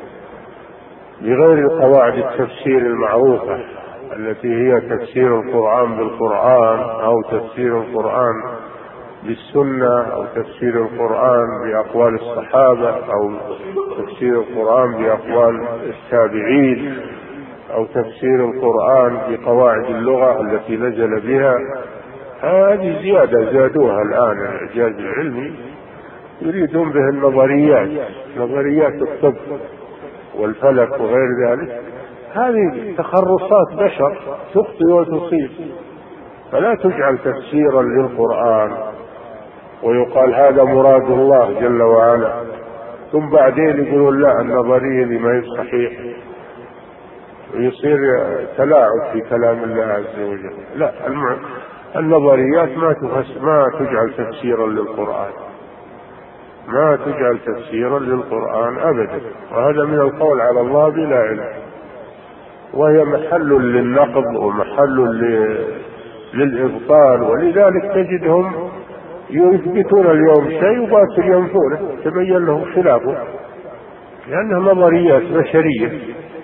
بغير قواعد التفسير المعروفة التي هي تفسير القرآن بالقرآن أو تفسير القرآن بالسنة أو تفسير القرآن بأقوال الصحابة أو تفسير القرآن بأقوال التابعين أو تفسير القرآن بقواعد اللغة التي نزل بها. هذه زيادة زادوها الآن الإعجاز العلمي، يريدون به النظريات، نظريات الطب والفلك وغير ذلك. هذه تخرصات بشر تخطئ وتصيب، فلا تجعل تفسيرا للقرآن ويقال هذا مراد الله جل وعلا، ثم بعدين يقولون لا النظرية اللي ما هي صحيح، ويصير تلاعب في كلام الله عز وجل. لا، النظريات ما ما تجعل تفسيرا للقرآن، ما تجعل تفسيرا للقرآن أبدا، وهذا من القول على الله بلا علم، وهي محل للنقض ومحل للإبطال. ولذلك تجدهم يثبتون اليوم شيء وباكر ينفونه، تبين لهم خلافه، لأنها نظريات بشرية،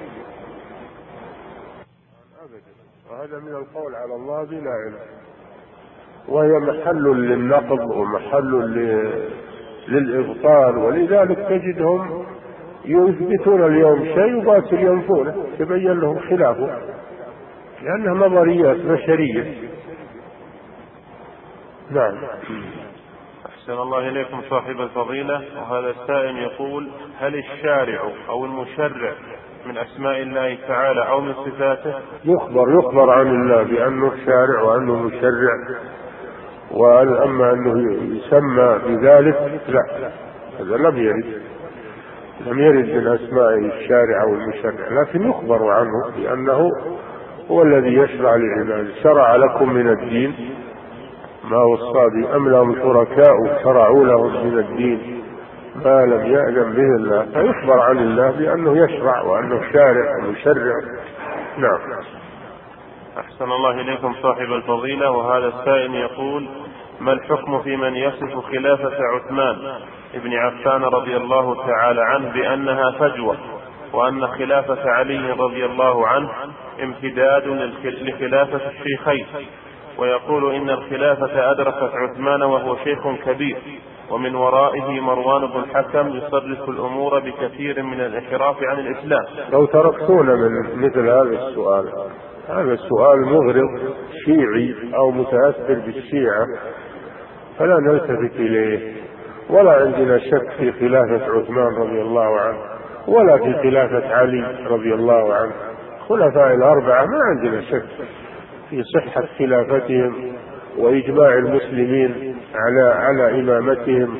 وهذا من القول على الله بلا علم، وهي محل للنقض ومحل للإبطال. ولذلك تجدهم يثبتون اليوم شيء وباكر ينفونه، تبين لهم خلافه، لأنها نظريات بشرية. نعم. أحسن الله إليكم صاحب الفضيلة، وهذا السائل يقول: هل الشارع أو المشرع من أسماء الله تعالى أو من صفاته؟ يخبر يخبر عن الله بأنه الشارع وأنه مشرع، وأما أنه يسمى بذلك لا، هذا لم يرد لم يرد من أسماء الشارع أو المشرع، لكن يخبر عنه بأنه هو الذي يشرع للعباد. شرع لكم من الدين ما وصى به أم لهم شركاء شرعوا لهم من الدين ما لم يأذن به الله، فيخبر عن الله بأنه يشرع وأنه شارع ومشرع. نعم. أحسن الله إليكم صاحب الفضيلة، وهذا السائل يقول: ما الحكم في من يصف خلافة عثمان ابن عفان رضي الله تعالى عنه بأنها فجوة، وأن خلافة علي رضي الله عنه امتداد لخلافة الشيخين، ويقول إن الخلافة أدركت عثمان وهو شيخ كبير، ومن ورائه مروان بن الحكم يصرف الأمور بكثير من الانحراف عن الإسلام؟ لو تركتونا من مثل هذا السؤال، هذا السؤال مغرض شيعي أو متأثر بالشيعة، فلا نلتفت إليه، ولا عندنا شك في خلافة عثمان رضي الله عنه ولا في خلافة علي رضي الله عنه. خلفاء الأربعة ما عندنا شك في صحة خلافتهم وإجماع المسلمين على على إمامتهم،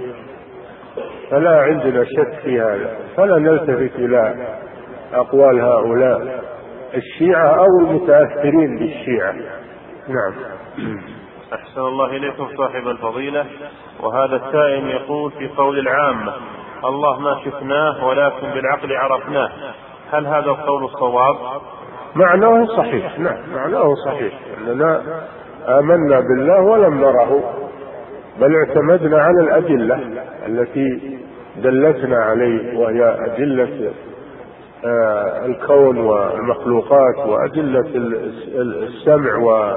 فلا عندنا شك في هذا، فلا نلتفت إلى أقوال هؤلاء الشيعة أو المتأثرين بالشيعة. نعم. أحسن الله إليكم صاحب الفضيلة، وهذا السائل يقول: في قول العامة الله ما شفناه ولكن بالعقل عرفناه، هل هذا القول الصواب؟ معناه صحيح. نعم، معناه صحيح، أننا آمنا بالله ولم نره، بل اعتمدنا على الأدلة التي دلتنا عليه، وهي أدلة آه الكون والمخلوقات، وأدلة السمع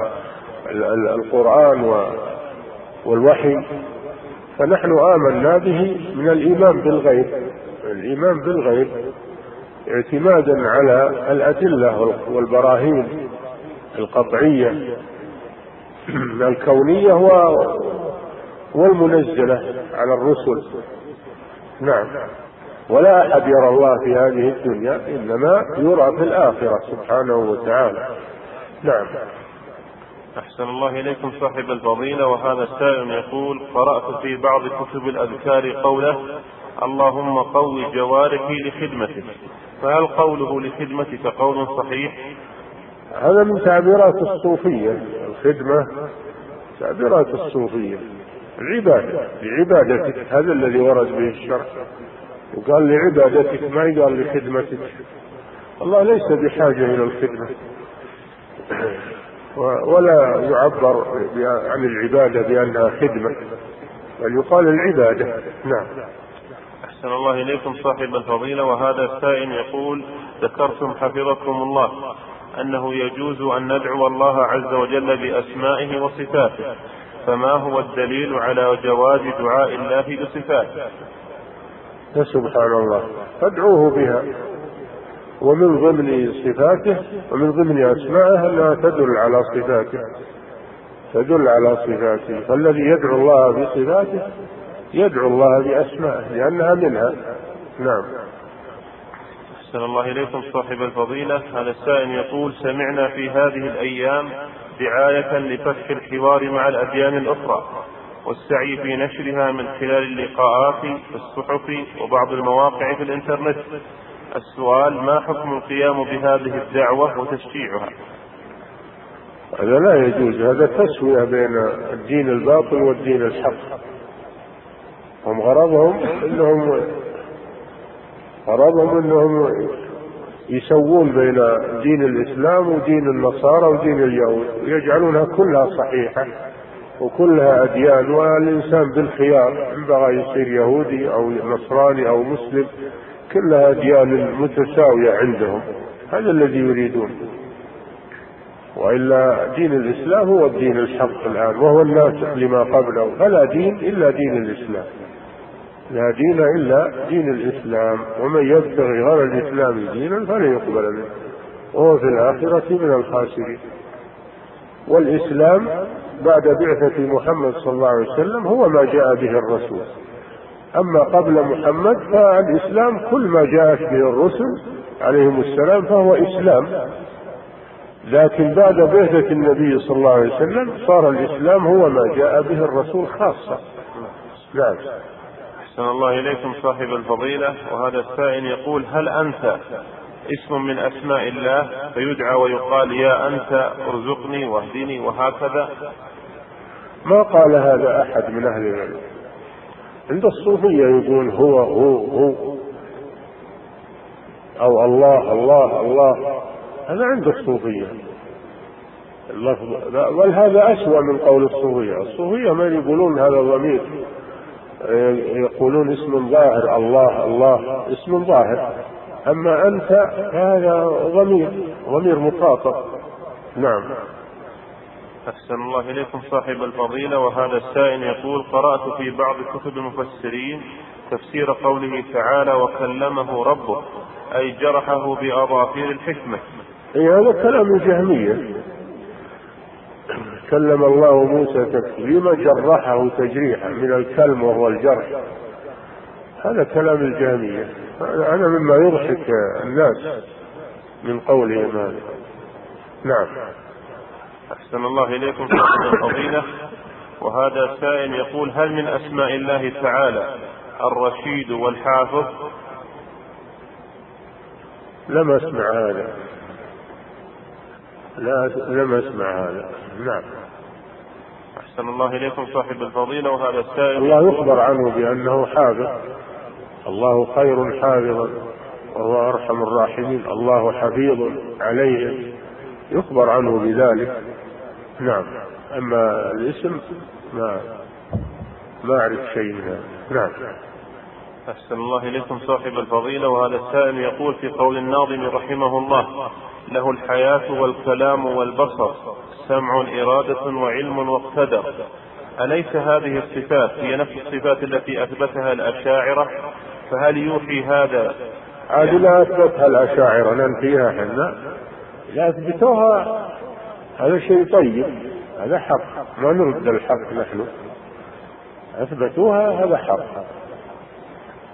والقرآن والوحي، فنحن آمنا به من الإيمان بالغيب. الإيمان بالغيب اعتمادا على الأدلة والبراهين القطعية الكونية والمنزلة على الرسل. نعم. ولا أحد يرى الله في هذه الدنيا، إنما يرى في الآخرة سبحانه وتعالى. نعم. أحسن الله إليكم صاحب الفضيلة، وهذا السائل يقول: قرأت في بعض كتب الأذكار قوله: اللهم قوي جوارحي لخدمتك، فهل قوله لخدمتك قول صحيح؟ هذا من تعبيرات الصوفية. الخدمة تعبيرات الصوفية، العبادة لعبادتك، هذا الذي ورد به الشرع، وقال لعبادتك ما يقال لخدمتك. الله ليس بحاجة إلى الخدمة، ولا يعبر عن العبادة بأنها خدمة، بل يقال العبادة. نعم. أحسن الله إليكم صاحب الفضيلة، وهذا السائل يقول: ذكرتم حفظكم الله أنه يجوز أن ندعو الله عز وجل بأسمائه وصفاته، فما هو الدليل على جواز دعاء الله بصفاته؟ سبحان الله، فادعوه بها، ومن ضمن صفاته ومن ضمن أسمائه أنها تدل على صفاته تدل على صفاته فالذي يدعو الله بصفاته يدعو الله بأسمائه لأنها منها. نعم. أحسن الله إليكم صاحب الفضيلة، هذا السائل يقول: سمعنا في هذه الأيام دعاية لفتح الحوار مع الأديان الأخرى والسعي في نشرها من خلال اللقاءات في الصحف وبعض المواقع في الإنترنت. السؤال: ما حكم القيام بهذه الدعوة وتشجيعها؟ هذا لا يجوز، هذا تسوية بين الدين الباطل والدين الحق. هم غرضهم انهم غرضهم انهم يسوون بين دين الاسلام ودين النصارى ودين اليهود، ويجعلونها كلها صحيحة وكلها أديان، والإنسان بالخيار إن بغى يصير يهودي أو نصراني أو مسلم، كلها أديان متساوية عندهم. هذا الذي يريدون، وإلا دين الإسلام هو الدين الحق الآن، وهو الناسخ لما قبله. فلا دين إلا دين الإسلام، لا دين إلا دين الإسلام، ومن يبتغي غير الإسلام دينا فلن يقبل منه وهو في الآخرة من الخاسرين. والإسلام بعد بعثة محمد صلى الله عليه وسلم هو ما جاء به الرسول، أما قبل محمد فالإسلام كل ما جاءت به الرسل عليهم السلام فهو إسلام، لكن بعد بعثة النبي صلى الله عليه وسلم صار الإسلام هو ما جاء به الرسول خاصة. نعم. أحسن الله إليكم صاحب الفضيلة، وهذا السائل يقول: هل أنت اسم من أسماء الله فيدعى ويقال يا أنت ارزقني واهدني وهكذا؟ ما قال هذا أحد من أهل العلم. عند الصوفية يقول هو هو هو أو الله الله الله، هذا عند الصوفية اللفظ، بل هذا أسوأ من قول الصوفية. الصوفية ما يقولون هذا ضمير، يقولون اسم ظاهر، الله الله اسم ظاهر، أما أنت هذا ضمير ضمير مخاطب. نعم. أحسن الله إليكم صاحب الفضيلة، وهذا السائل يقول: قرأت في بعض كتب المفسرين تفسير قوله تعالى وكلمه ربه، أي جرحه بأظافير الحكمة. أي هذا كلام الجهمية، كلم الله موسى تكليما جرحه تجريحا من الكلم وهو الجرح، هذا كلام الجهمية. أنا مما يضحك الناس من قولهم هذا. نعم. أحسن الله إليكم صاحب الفضيلة، وهذا سائل يقول: هل من أسماء الله تعالى الرشيد والحافظ؟ لم أسمع هذا، لا لم أسمع هذا. نعم. أحسن الله إليكم صاحب الفضيلة، وهذا السائل الله يخبر عنه بأنه حافظ، الله خير حافظا وهو أرحم الراحمين، الله حفيظ عليه، يخبر عنه بذلك. نعم. أما الاسم ما ما أعرف شيء منه. نعم. أحسن الله إليكم صاحب الفضيلة، وهذا السائل يقول: في قول الناظم رحمه الله: له الحياة والكلام والبصر، سمع إرادة وعلم واقتدر، أليس هذه الصفات هي نفس الصفات التي أثبتها الأشاعرة؟ فهل يوحي هذا؟ هذه لا أثبتها الأشاعرة، ننفيها حنا، لا أثبتوها، هذا شيء طيب، هذا حق، ما نرد الحق نحن، أثبتوها هذا حق.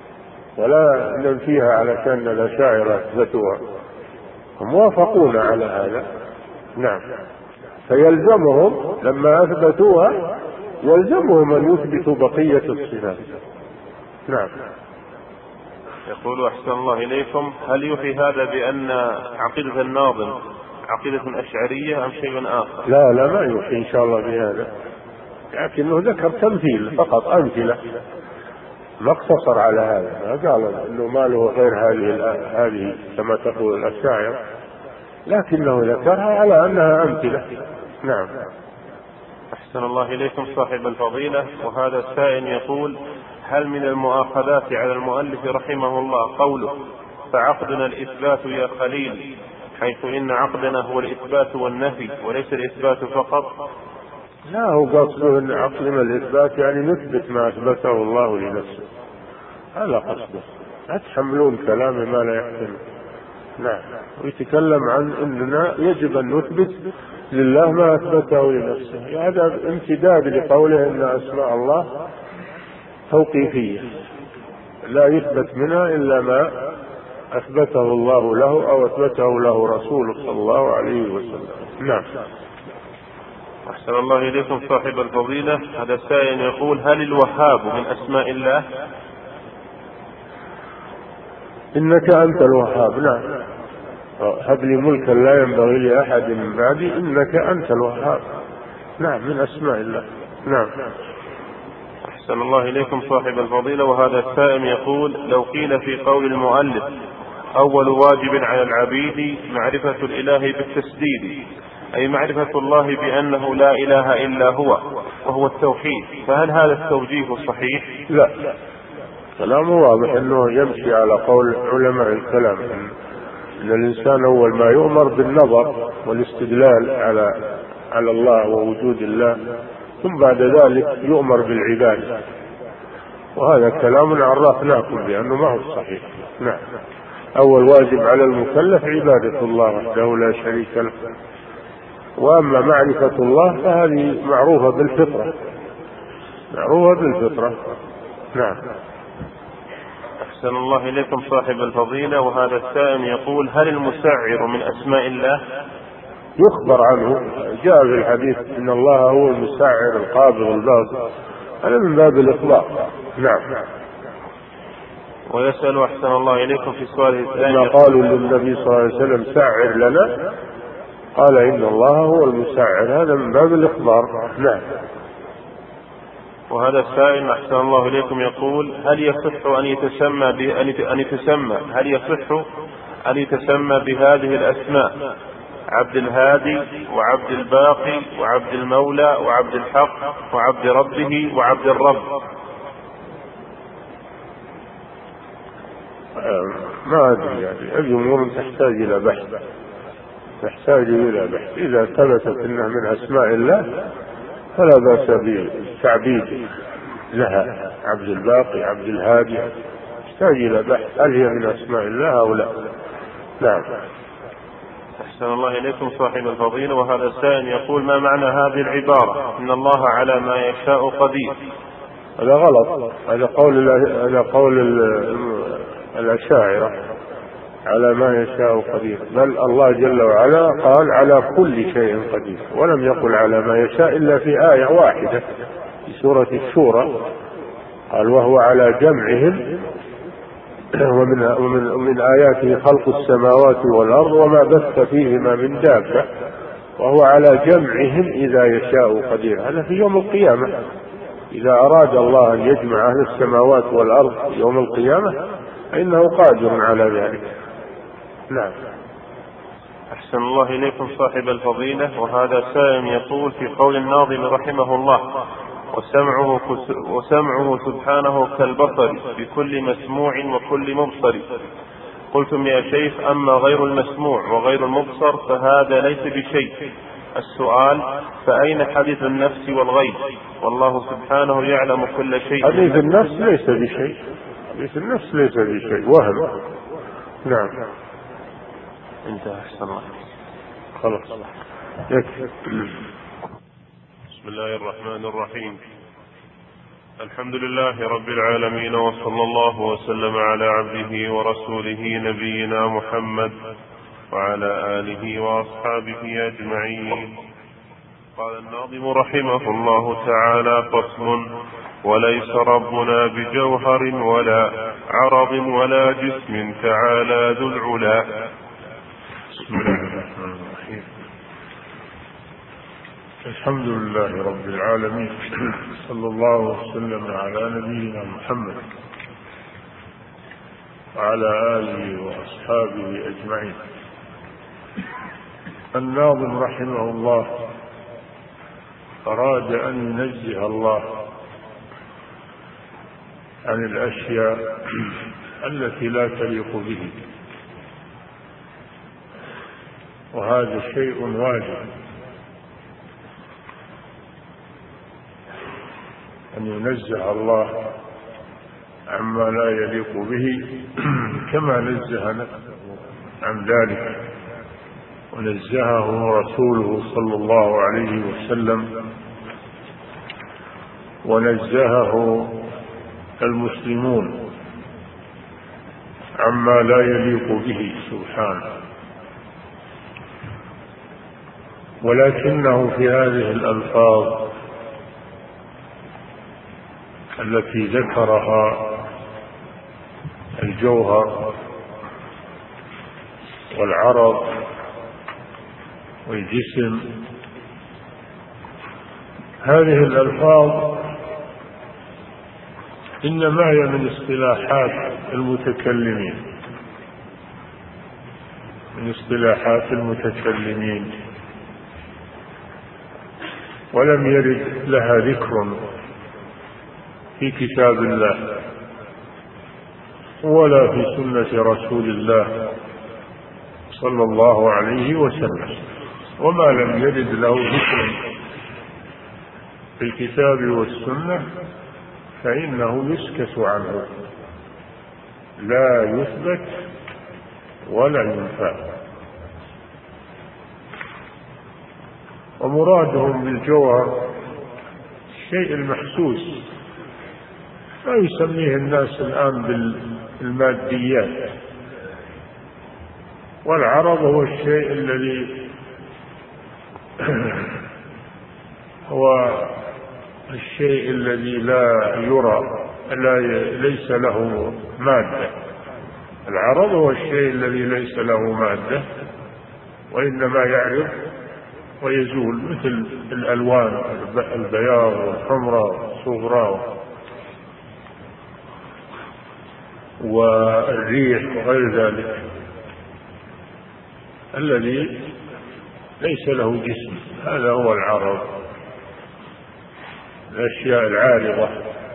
ولا ننفيها علشان الأشاعرة أثبتوها، هم وافقون على هذا. نعم. فيلزمهم لما أثبتوها يلزمهم أن يثبتوا بقية الصفات. نعم. يقول أحسن الله إليكم: هل يوحي هذا بأن عقيدة الناظم عقيدة أشعرية أم شيء آخر؟ لا لا ما يوحي إن شاء الله بهذا، لكنه ذكر تمثيل فقط، أمثلة، ما اقتصر على هذا، ما قال إنه ما له غير هذه هذه كما تقول الأشاعرة، لكنه ذكرها على أنها أمثلة. نعم. أحسن الله إليكم صاحب الفضيلة، وهذا السائل يقول: هل من المؤاخذات على المؤلف رحمه الله قوله: فعقدنا الإثبات يا خليل، حيث إن عقدنا هو الإثبات والنفي وليس الإثبات فقط؟ لا، هو قصده أن عقدنا الإثبات يعني نثبت ما أثبته الله لنفسه، هذا قصده، لا تحملون كلامه ما لا يحتمل. نعم. ويتكلم عن أننا يجب أن نثبت لله ما أثبته لنفسه، هذا امتداد لقوله أن أسماء الله توقيفية لا يثبت منها إلا ما أثبته الله له أو أثبته له رسوله صلى الله عليه وسلم. نعم. أحسن الله إليكم صاحب الفضيلة، هذا السائل يقول: هل الوهاب من أسماء الله؟ إنك أنت الوهاب. نعم. هب لي ملكا لا ينبغي لأحد من بعدي إنك أنت الوهاب. نعم، من أسماء الله. نعم. أحسن الله إليكم صاحب الفضيلة، وهذا السائل يقول: لو قيل في قول المؤلف: أول واجب على العبيد معرفة الإله بالتسديد، أي معرفة الله بأنه لا إله إلا هو وهو التوحيد، فهل هذا التوجيه صحيح؟ لا، كلامه واضح أنه يمشي على قول علماء الكلام، أن الإنسان أول ما يؤمر بالنظر والاستدلال على على الله ووجود الله، ثم بعد ذلك يؤمر بالعبادة، وهذا كلام عرفناكم بأنه ما هو صحيح. نعم. أول واجب على المكلف عبادة الله وحده لا شريك له، وأما معرفة الله فهذه معروفة بالفطرة، معروفة بالفطرة. نعم. أحسن الله إليكم صاحب الفضيلة، وهذا السائل يقول: هل المسعر من أسماء الله؟ يخبر عنه، جاء في الحديث إن الله هو المسعر القابض الباسط، هذا من باب الإطلاق. نعم. ويسأل أحسن الله إليكم في سؤال الثاني: لما قالوا للنبي صلى الله عليه وسلم سعر لنا، قال إن الله هو المسعر، هذا من باب الإخبار. نعم. وهذا السائل أحسن الله إليكم يقول: هل يصح أن يتسمى أن يتسمى هل يصح أن يتسمى بهذه الأسماء: عبد الهادي وعبد الباقي وعبد المولى وعبد الحق وعبد ربه وعبد الرب؟ ما أدري، يعني هذه أمور تحتاج إلى بحث، تحتاج إلى بحث. إذا ثبتت أنها من أسماء الله فلا بأس بالتعبيد لها، عبد الباقي عبد الهادي، تحتاج إلى بحث هل هي من أسماء الله أو لا. نعم. أحسن الله إليكم صاحب الفضيلة، وهذا السائل يقول: ما معنى هذه العبارة إن الله على ما يشاء قدير؟ هذا غلط، هذا قول هذا قول الأشاعرة، على ما يشاء قدير، بل الله جل وعلا قال على كل شيء قدير، ولم يقل على ما يشاء إلا في آية واحدة في سورة الشورى، قال: وهو على جمعهم ومن, ومن, ومن آياته خلق السماوات والأرض وما بث فيهما من دابة وهو على جمعهم إذا يشاء قدير. هذا في يوم القيامة، إذا أراد الله أن يجمع أهل السماوات والأرض يوم القيامة فإنه قادر على ذلك. نعم. أحسن الله إليكم صاحب الفضيلة، وهذا سائل يقول: في قول الناظم رحمه الله: وسمعه, وسمعه سبحانه كالبصر بكل مسموع وكل مبصر، قلتم يا شيخ: أما غير المسموع وغير المبصر فهذا ليس بشيء. السؤال: فأين حديث النفس والغيب والله سبحانه يعلم كل شيء؟ حديث النفس ليس بشيء، حديث النفس ليس بشيء، وهم. نعم. انتهى. أحسن الله. خلاص يكفي. بسم الله الرحمن الرحيم. الحمد لله رب العالمين، وصلى الله وسلم على عبده ورسوله نبينا محمد وعلى آله وأصحابه أجمعين. قال الناظم رحمه الله تعالى: فصل: وليس ربنا بجوهر ولا عرض ولا جسم تعالى ذو العلا. بسم الله الرحمن الرحيم. الحمد لله رب العالمين، صلى الله وسلم على نبينا محمد وعلى آله وأصحابه أجمعين. الناظم رحمه الله أراد أن ينزه الله عن الأشياء التي لا تليق به، وهذا شيء واجب أن ينزه الله عما لا يليق به كما نزه نفسه عن ذلك، ونزهه رسوله صلى الله عليه وسلم، ونزهه المسلمون عما لا يليق به سبحانه. ولكنه في هذه الألفاظ التي ذكرها الجوهر والعرض والجسم، هذه الألفاظ إنما هي من اصطلاحات المتكلمين من اصطلاحات المتكلمين ولم يرد لها ذكر في كتاب الله ولا في سنة رسول الله صلى الله عليه وسلم. وما لم يرد له ذكر في الكتاب والسنة فإنه يسكت عنه، لا يثبت ولا ينفى. ومرادهم بالجوهر الشيء المحسوس، ما يسميه الناس الآن بالماديات. والعرض هو الشيء الذي هو الشيء الذي لا يرى، لا ليس له مادة. العرض هو الشيء الذي ليس له مادة وإنما يعرض ويزول، مثل الألوان، البياض والحمرة والصفراء والريح وغير ذلك، الذي ليس له جسم، هذا هو العرض، الأشياء العارضة.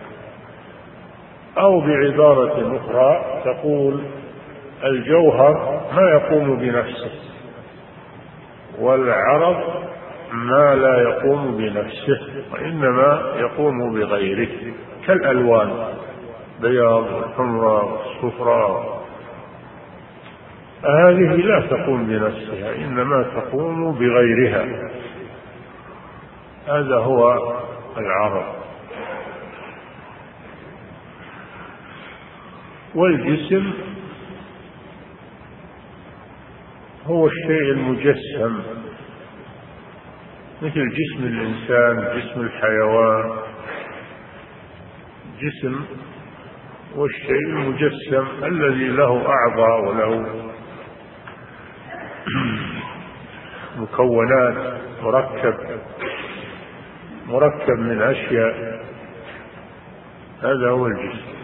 أو بعبارة أخرى تقول الجوهر ما يقوم بنفسه، والعرض ما لا يقوم بنفسه وإنما يقوم بغيره، كالألوان، بياض والحمرة والصفراء، هذه لا تقوم بنفسها إنما تقوم بغيرها، هذا هو العرض. والجسم هو الشيء المجسم، مثل جسم الإنسان، جسم الحيوان. جسم هو الشيء المجسم الذي له أعضاء وله مكونات، مركب مركب من أشياء، هذا هو الجسم.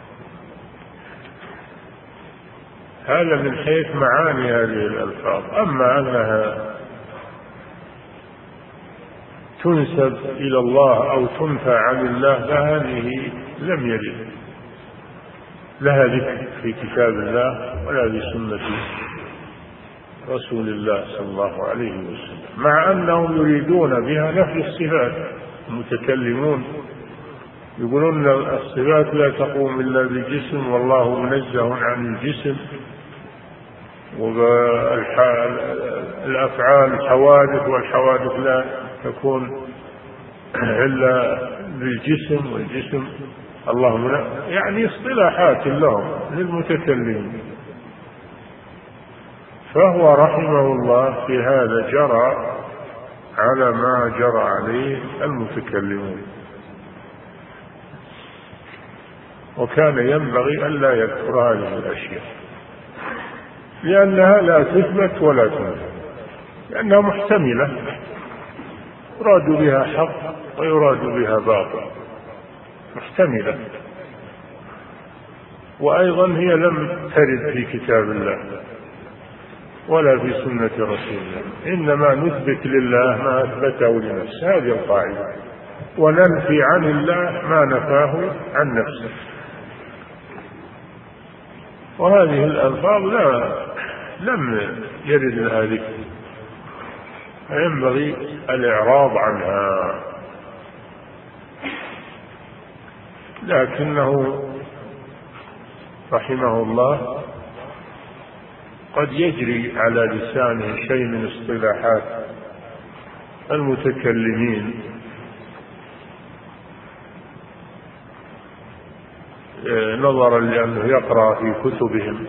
هذا من حيث معاني هذه الألفاظ. أما أنها تنسب إلى الله أو تنفى عن الله فهذه لم يرد لها ذكر في كتاب الله ولا في سنة رسول الله صلى الله عليه وسلم، مع أنهم يريدون بها نفي الصفات. المتكلمون يقولون الصفات لا تقوم إلا بالجسم، والله منزه عن الجسم، والأفعال حوادث، والحوادث لا تكون إلا بالجسم، والجسم اللهم لا، يعني اصطلاحات لهم للمتكلمين. فهو رحمه الله في هذا جرى على ما جرى عليه المتكلمون، وكان ينبغي ألا يذكر هذه الأشياء لأنها لا تثبت ولا تنفى، لأنها محتملة، يراد بها حق ويراد بها باطل، محتملة. وأيضا هي لم ترد في كتاب الله ولا في سنة رسول الله، إنما نثبت لله ما أثبته لنفسه، هذه القاعدة، وننفي عن الله ما نفاه عن نفسه. وهذه الألفاظ لا لم يرد لها ذكر، فينبغي الإعراض عنها. لكنه رحمه الله قد يجري على لسانه شيء من اصطلاحات المتكلمين نظرا لأنه يقرأ في كتبهم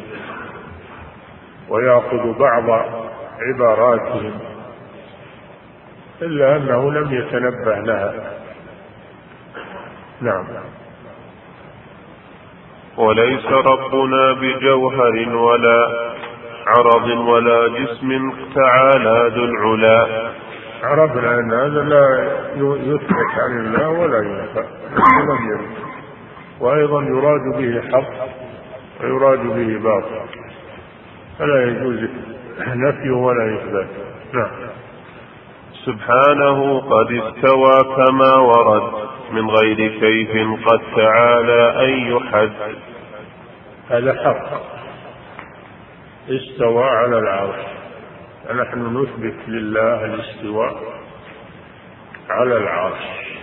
ويأخذ بعض عباراتهم، إلا أنه لم يتنبه لها. نعم. وليس ربنا بجوهر ولا عرض ولا جسم تعالى ذو العلا. عرفنا أن هذا لا يثبت عن الله ولا ينفى، لم يرد. وأيضا يراد به حق ويراد به باطل، فلا يجوز نفيه ولا إثبات. نعم. سبحانه قد استوى كما ورد من غير كيف قد تعالى أن يحد. هذا حق، استوى على العرش، ونحن نثبت لله الاستواء على العرش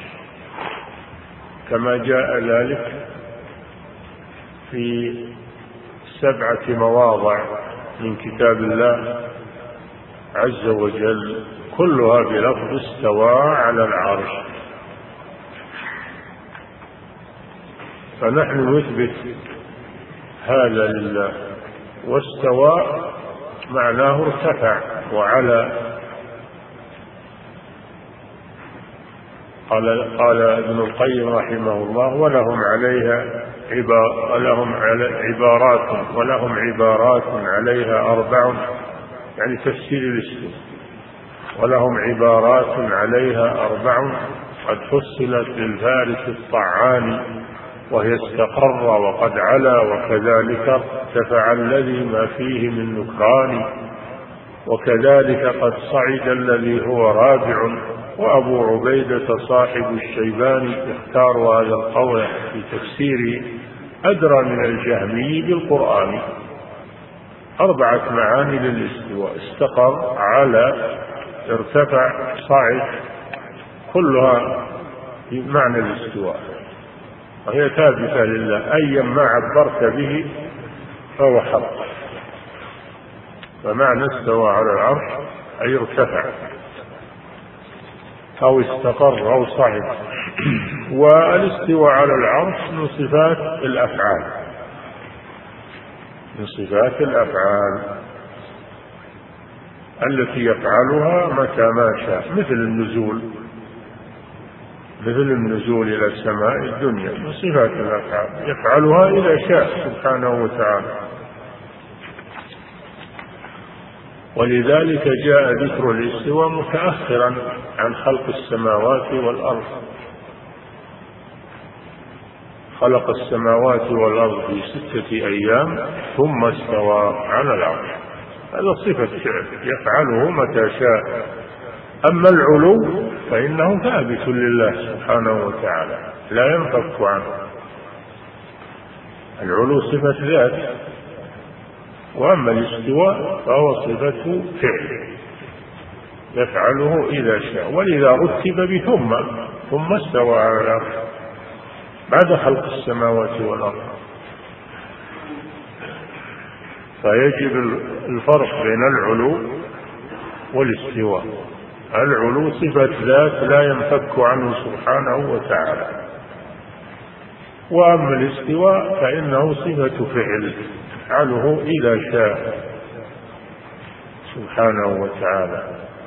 كما جاء ذلك في سبعة مواضع من كتاب الله عز وجل، كلها بلفظ استوى على العرش. فنحن نثبت هذا لله. واستوى معناه ارتفع وعلى. قال قال ابن القيم رحمه الله: ولهم عليها ولهم عبارات ولهم عبارات عليها أربع، يعني تفسير الاستواء، ولهم عبارات عليها أربع قد فصلت للفارس الطعان، وهي استقر وقد علا وكذلك ارتفع الذي ما فيه من نكران، وكذلك قد صعد الذي هو رابع، وأبو عبيدة صاحب الشيباني اختار هذا القول في تفسيره أدرى من الجهمي بالقرآن. أربعة معاني للاستواء: استقر، على، ارتفع، صعد، كلها في معنى الاستواء، وهي ثابتة لله. أيا ما عبرت به فهو حق. فمعنى استوى على العرش أي ارتفع أو استقر أو صعد. والاستواء على العرش من صفات الأفعال، من صفات الأفعال التي يفعلها متى ما شاء، مثل النزول، مثل النزول إلى السماء الدنيا، من صفات الأفعال يفعلها إذا شاء سبحانه وتعالى. ولذلك جاء ذكر الاستواء متأخرا عن خلق السماوات والأرض. خلق السماوات والأرض في ستة أيام ثم استوى على العرش، هذا صفة فعل يفعله متى شاء. أما العلو فإنه ثابت لله سبحانه وتعالى لا ينفك عنه. العلو صفة ذات، وأما الاستواء فهو صفة فعل يفعله إذا شاء. ولذا رتب بثم ثم استوى على العرش بعد خلق السماوات والأرض. فيجب الفرق بين العلو والاستواء. العلو صفة ذات لا ينفك عنه سبحانه وتعالى. وأما الاستواء فإنه صفة فعل يفعله إذا شاء سبحانه وتعالى.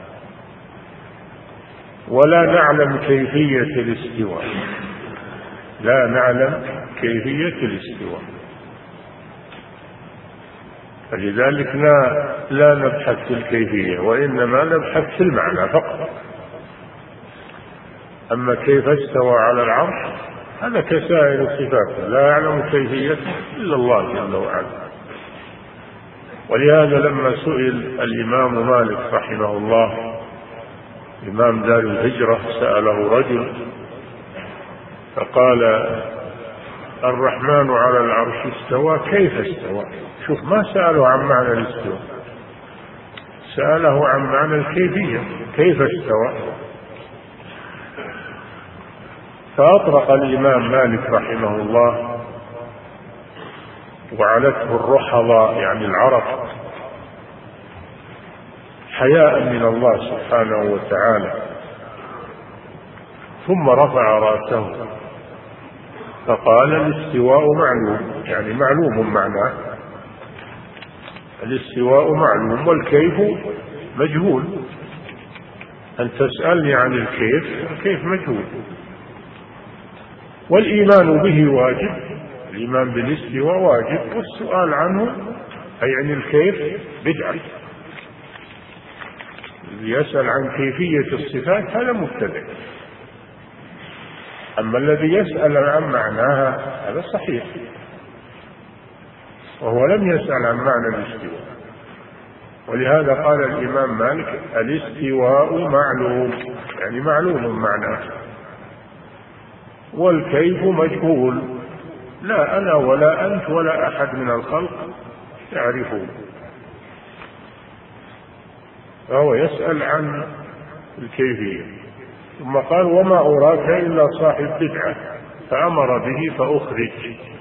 ولا نعلم كيفية الاستواء، لا نعلم كيفية الاستواء، فلذلك لا لا نبحث في الكيفية، وإنما نبحث في المعنى فقط. أما كيف استوى على العرش هذا كسائر الصفات لا يعلم كيفيته إلا الله جل وعلا. ولهذا لما سئل الإمام مالك رحمه الله إمام دار الهجرة سأله رجل فقال الرحمن على العرش استوى، كيف استوى؟ شوف، ما سأله عن معنى الاستواء، سأله عن معنى الكيفية، كيف استوى؟ فأطرق الإمام مالك رحمه الله وعلته الرحضة يعني العرق حياء من الله سبحانه وتعالى، ثم رفع رأسه فقال الاستواء معلوم، يعني معلوم معناه، الاستواء معلوم والكيف مجهول. أن تسألني عن الكيف، الكيف مجهول، والإيمان به واجب، الإيمان بالاستواء واجب، والسؤال عنه أي عن الكيف بدعة. يسأل عن كيفية الصفات هذا مبتدع، أما الذي يسأل عن معناها هذا صحيح، وهو لم يسأل عن معنى الاستواء. ولهذا قال الإمام مالك الاستواء معلوم، يعني معلوم معناه، والكيف مجهول، لا أنا ولا أنت ولا أحد من الخلق يعرفه. فهو يسأل عن الكيفية. ثم قال وما أراك إلا صاحب بدعة، فأمر به فأخرج،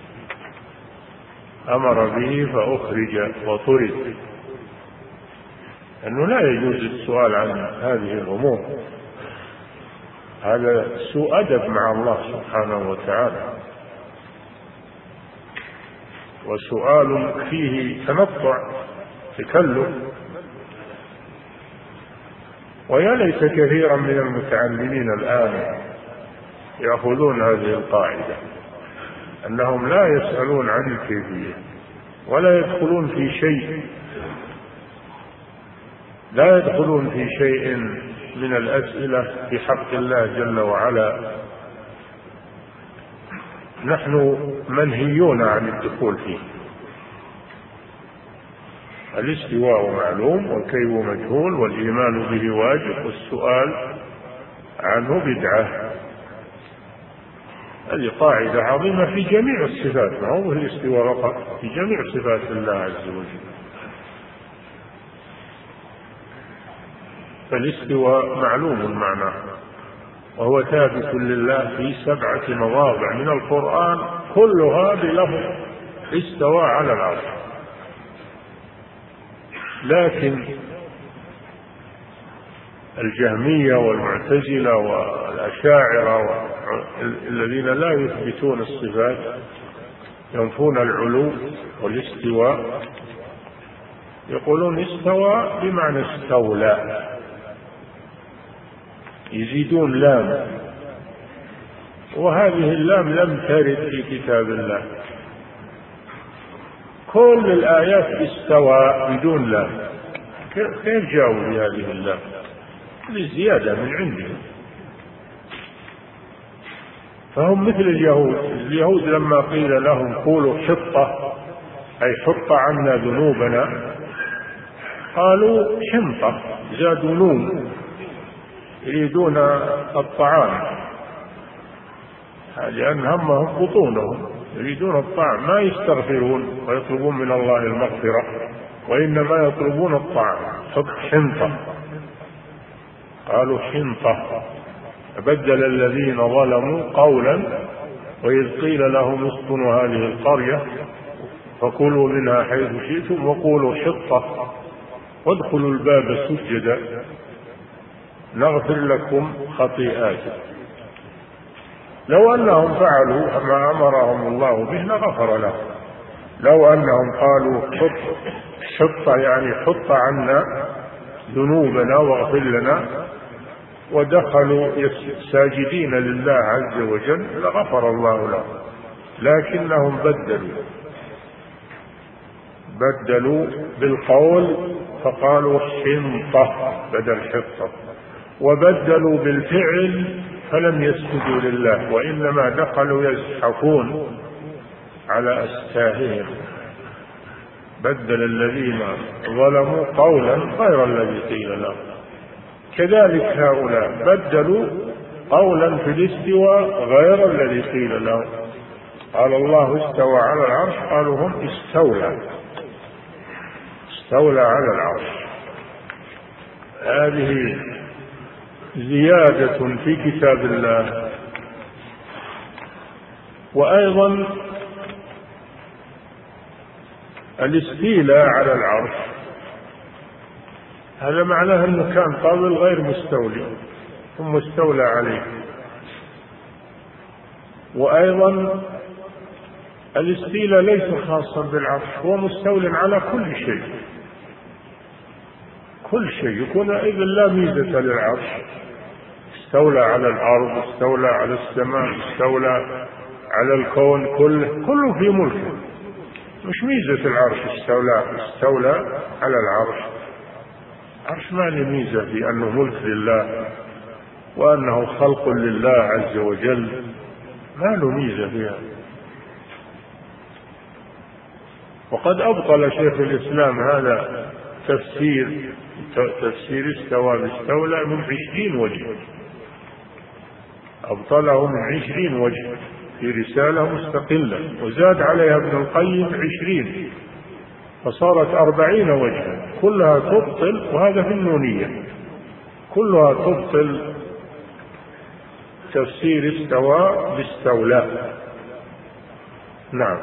أمر به فأخرج وطرد، أنه لا يجوز السؤال عن هذه الأمور، هذا سوء أدب مع الله سبحانه وتعالى، وسؤال فيه تنطع تكلف. ويا ليت كثيرا من المتعلمين الآن يأخذون هذه القاعدة، أنهم لا يسألون عن الكيفية ولا يدخلون في شيء لا يدخلون في شيء من الأسئلة في حق الله جل وعلا. نحن منهيون عن الدخول فيه. الاستواء معلوم والكيف مجهول والإيمان به واجب والسؤال عنه بدعة. هذه قاعدة عظيمة في جميع الصفات، ما هو الاستواء فقط، في جميع صفات الله عز وجل. فالاستواء معلوم معناه، وهو ثابت لله في سبعة مواضع من القرآن كلها بلفظ استوى على العرش. لكن الجهمية والمعتزلة والأشاعرة الذين لا يثبتون الصفات ينفون العلو والاستواء، يقولون استوى بمعنى استولى، يزيدون لام، وهذه اللام لم ترد في كتاب الله. كل الآيات استوى بدون لام، كيف جاءوا بهذه اللام؟ للزيادة من عندهم. فهم مثل اليهود. اليهود لما قيل لهم قولوا حطة أي حط عنا ذنوبنا، قالوا حنطة، زادوا نون، يريدون الطعام، لأن همهم بطونهم، يريدون الطعام، ما يستغفرون ويطلبون من الله المغفرة، وإنما يطلبون الطعام. حط حنطة، قالوا حنطة. فبدل الذين ظلموا قولا وإذ قيل لهم اسكنوا هذه القرية فكلوا منها حيث شئتم وقولوا حطة وادخلوا الباب سجدا نغفر لكم خطيئاتكم. لو أنهم فعلوا ما أمرهم الله به لغفر لهم. لو أنهم قالوا حط حط يعني حط عنا ذنوبنا واغفر لنا ودخلوا ساجدين لله عز وجل لغفر الله لهم، لكنهم بدلوا بدلوا بالقول فقالوا حنطة بدل حطة، وبدلوا بالفعل فلم يسجدوا لله وإنما دخلوا يزحفون على أستاههم. بدل الذين ظلموا قولا غير الذي قيل لهم. كذلك هؤلاء بدلوا قولا في الاستواء غير الذي قيل لهم. قال الله استوى على العرش، قالوا هم استولى استولى على العرش. هذه زيادة في كتاب الله. وأيضا الاستيلاء على العرش هذا معناه أنه كان قبل غير مستولي ثم استولى عليه. وأيضا الاستيلاء ليس خاصا بالعرش، هو مستول على كل شيء. كل شيء يكون إذن لا ميزة للعرش. استولى على الأرض، استولى على السماء، استولى على الكون كله، كله في ملكه. مش ميزة العرش استولى استولى على العرش. العرش ما له ميزة في أنه ملك لله وأنه خلق لله عز وجل، ما له ميزة فيها. وقد أبطل شيخ الإسلام هذا تفسير تفسير استوى باستولى من عشرين وجه، أبطله من عشرين وجه في رسالة مستقلة، وزاد عليها ابن القيم عشرين فصارت أربعين وجها كلها تبطل، وهذا في النونية، كلها تبطل تفسير استوى باستولى. نعم.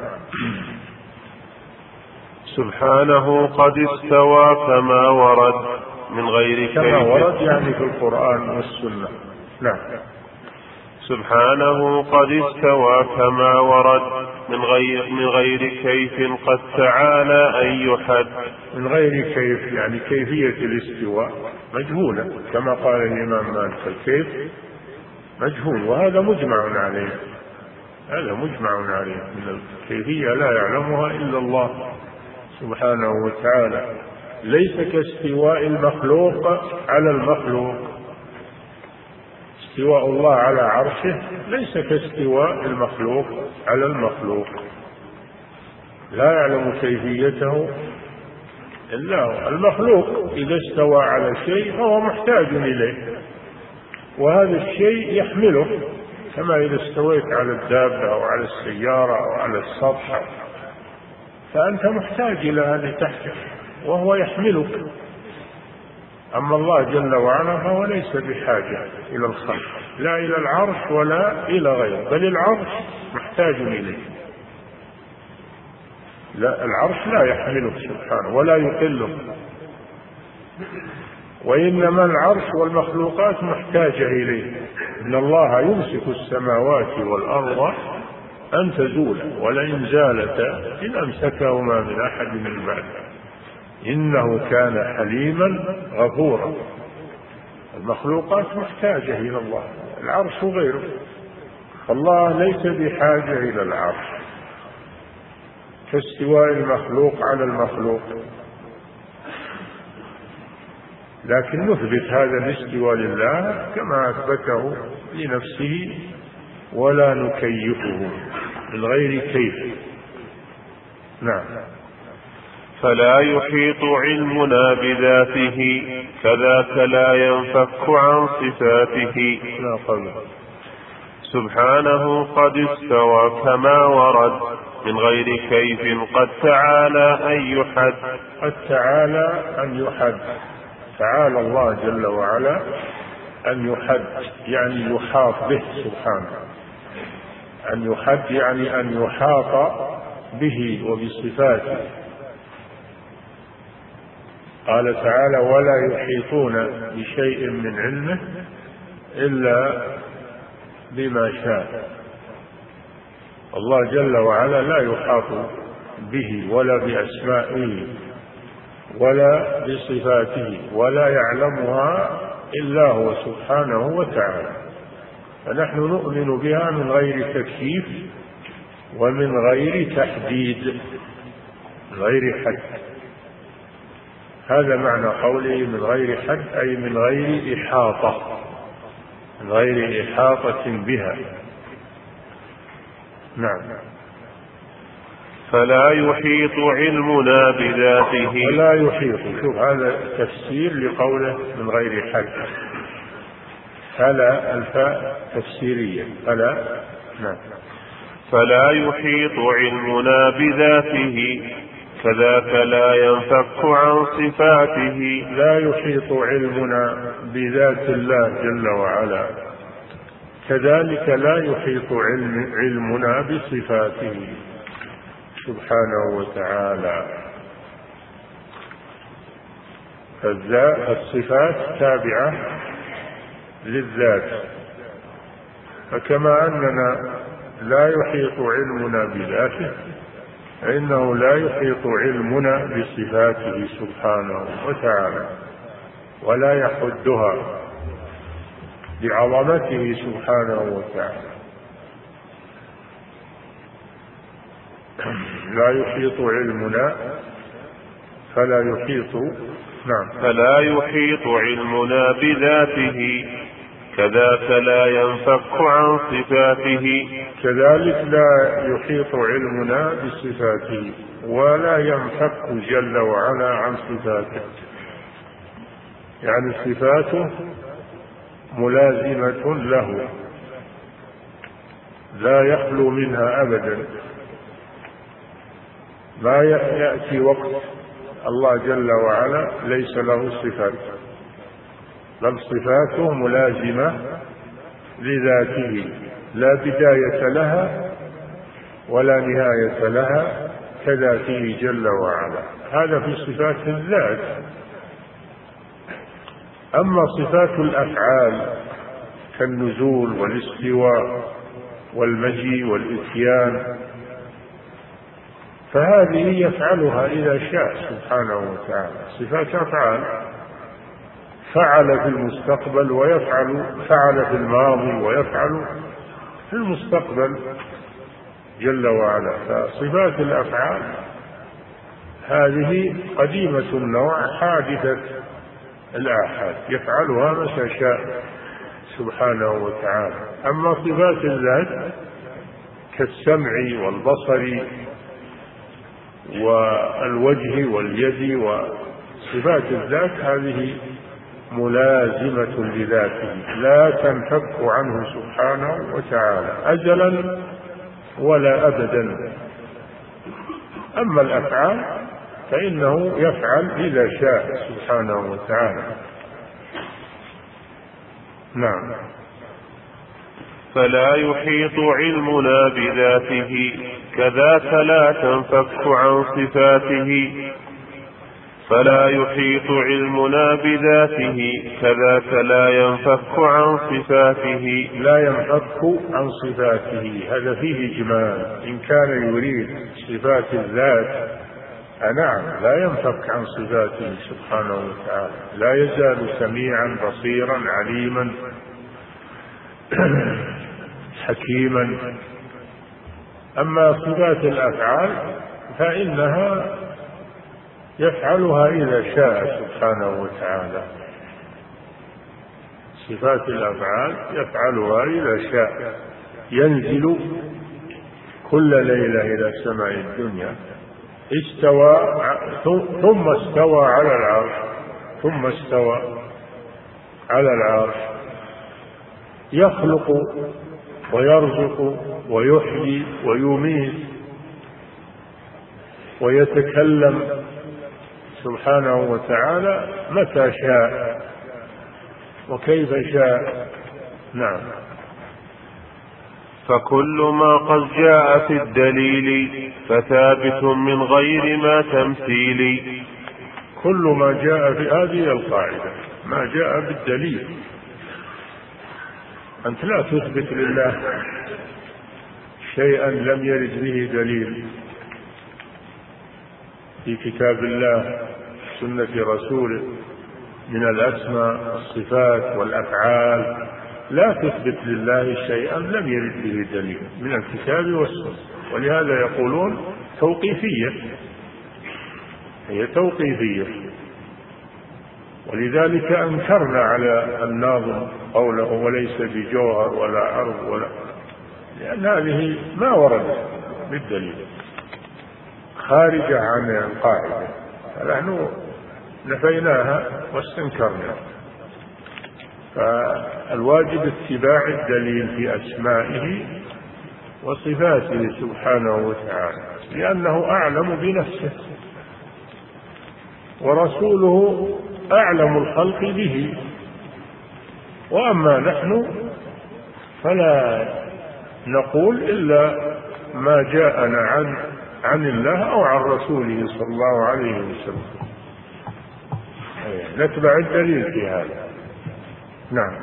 سبحانه قد استوى كما ورد من غير كيف. كما ورد يعني في القرآن والسنة. نعم. سبحانه قد استوى كما ورد من غير من غير كيف قد تعالى أن يحد. من غير كيف يعني كيفية الاستواء مجهولة كما قال الإمام مالك، الكيف مجهول وهذا مجمع عليه، هذا مجمع عليه من الكيفية لا يعلمها إلا الله سبحانه وتعالى. ليس كاستواء المخلوق على المخلوق. استواء الله على عرشه ليس كاستواء المخلوق على المخلوق، لا يعلم كيفيته إلا هو. المخلوق إذا استوى على شيء فهو محتاج إليه، وهذا الشيء يحمله، كما إذا استويت على الدابة أو على السيارة أو على السطح فأنت محتاج إلى هذه تحتك وهو يحملك. أما الله جل وعلا فهو ليس بحاجة إلى الخلق، لا إلى العرش ولا إلى غيره، بل العرش محتاج إليه. لا، العرش لا يحمله سبحانه ولا يقله، وإنما العرش والمخلوقات محتاجة إليه. إن الله يمسك السماوات والأرض أن تزولا ولئن زالتا إن أمسكهما من أحد من بعده إنه كان حليما غفورا. المخلوقات محتاجة إلى الله، العرش غيره، الله ليس بحاجة إلى العرش كاستواء المخلوق على المخلوق. لكن نثبت هذا الاستواء لله كما أثبته لنفسه ولا نكيفه من غير كيف. نعم. فلا يحيط علمنا بذاته كذاك لا ينفك عن صفاته. لا قبل. سبحانه قد استوى كما ورد من غير كيف قد تعالى أن يحد. قد تعالى أن يحد، تعالى الله جل وعلا أن يحد يعني يحاط به سبحانه. أن يحد يعني أن يحاط به وبصفاته. قال تعالى ولا يحيطون بشيء من علمه إلا بما شاء. الله جل وعلا لا يحاط به ولا بأسمائه ولا بصفاته ولا يعلمها إلا هو سبحانه وتعالى، فنحن نؤمن بها من غير تكييف ومن غير تحديد، من غير حد. هذا معنى قوله من غير حد، أي من غير إحاطة، من غير إحاطة بها. نعم. فلا يحيط علمنا بذاته. فلا يحيط، شوف هذا تفسير لقوله من غير حد. فلا الفاء تفسيرية، فلا. نعم. فلا يحيط علمنا بذاته كذاك لا ينفك عن صفاته. لا يحيط علمنا بذات الله جل وعلا، كذلك لا يحيط علم علمنا بصفاته سبحانه وتعالى. فالصفات تابعة للذات، فكما أننا لا يحيط علمنا بذاته فإنه لا يحيط علمنا بصفاته سبحانه وتعالى، ولا يحدها بعظمته سبحانه وتعالى. لا يحيط علمنا، فلا يحيط. نعم. فلا يحيط علمنا بذاته كذاك لا ينفك عن صفاته. كذلك لا يحيط علمنا بصفاته ولا ينفك جل وعلا عن صفاته، يعني صفاته ملازمة له لا يخلو منها أبدا. ما يأتي وقت الله جل وعلا ليس له صفات، بل صفاته ملازمة لذاته لا بداية لها ولا نهاية لها كذاته جل وعلا. هذا في صفات الذات. أما صفات الأفعال كالنزول والاستواء والمجيء والإتيان فهذه يفعلها إذا شاء سبحانه وتعالى. صفات أفعال، فعل في المستقبل ويفعل، فعل في الماضي ويفعل في المستقبل جل وعلا. فصفات الأفعال هذه قديمة النوع حادثة الآحاد، يفعلها متى شاء سبحانه وتعالى. أما صفات الذات كالسمع والبصر والوجه واليد وصفات الذات هذه ملازمة لذاته لا تنفك عنه سبحانه وتعالى أزلا ولا أبدا. أما الأفعال فإنه يفعل إذا شاء سبحانه وتعالى. نعم. فلا يحيط علمنا بذاته كذاك لا تنفك عن صفاته. فلا يحيط علمنا بذاته كذاك لا ينفك عن صفاته. لا ينفك عن صفاته، هذا فيه إجمال. إن كان يريد صفات الذات نعم لا ينفك عن صفاته سبحانه وتعالى، لا يزال سميعا بصيرا عليما حكيما. أما صفات الأفعال فإنها يفعلها إذا شاء سبحانه وتعالى. صفات الأفعال يفعلها إذا شاء، ينزل كل ليلة إلى سماء الدنيا، استوى ثم استوى على العرش، ثم استوى على العرش، يخلق ويرزق ويحيي ويميت ويتكلم سبحانه وتعالى متى شاء وكيف شاء. نعم. فكل ما قد جاء في الدليل فثابت من غير ما تمثيل. كل ما جاء في هذه القاعدة ما جاء بالدليل. أنت لا تثبت لله شيئا لم يرد به دليل في كتاب الله سنة رسوله من الأسماء الصفات والأفعال. لا تثبت لله شيئا لم يرد به دليل من الكتاب والسنة. ولهذا يقولون توقيفية، هي توقيفية. ولذلك أنكرنا على الناظم قوله وليس بجوهر ولا عرض ولا، لأن هذه ما وردت بالدليل، خارجة عن القاعدة، فنحن نفيناها واستنكرنا. فالواجب اتباع الدليل في أسمائه وصفاته سبحانه وتعالى، لأنه أعلم بنفسه ورسوله أعلم الخلق به. وأما نحن فلا نقول إلا ما جاءنا عن عن الله أو عن رسوله صلى الله عليه وسلم، نتبع الدليل في هذا. نعم.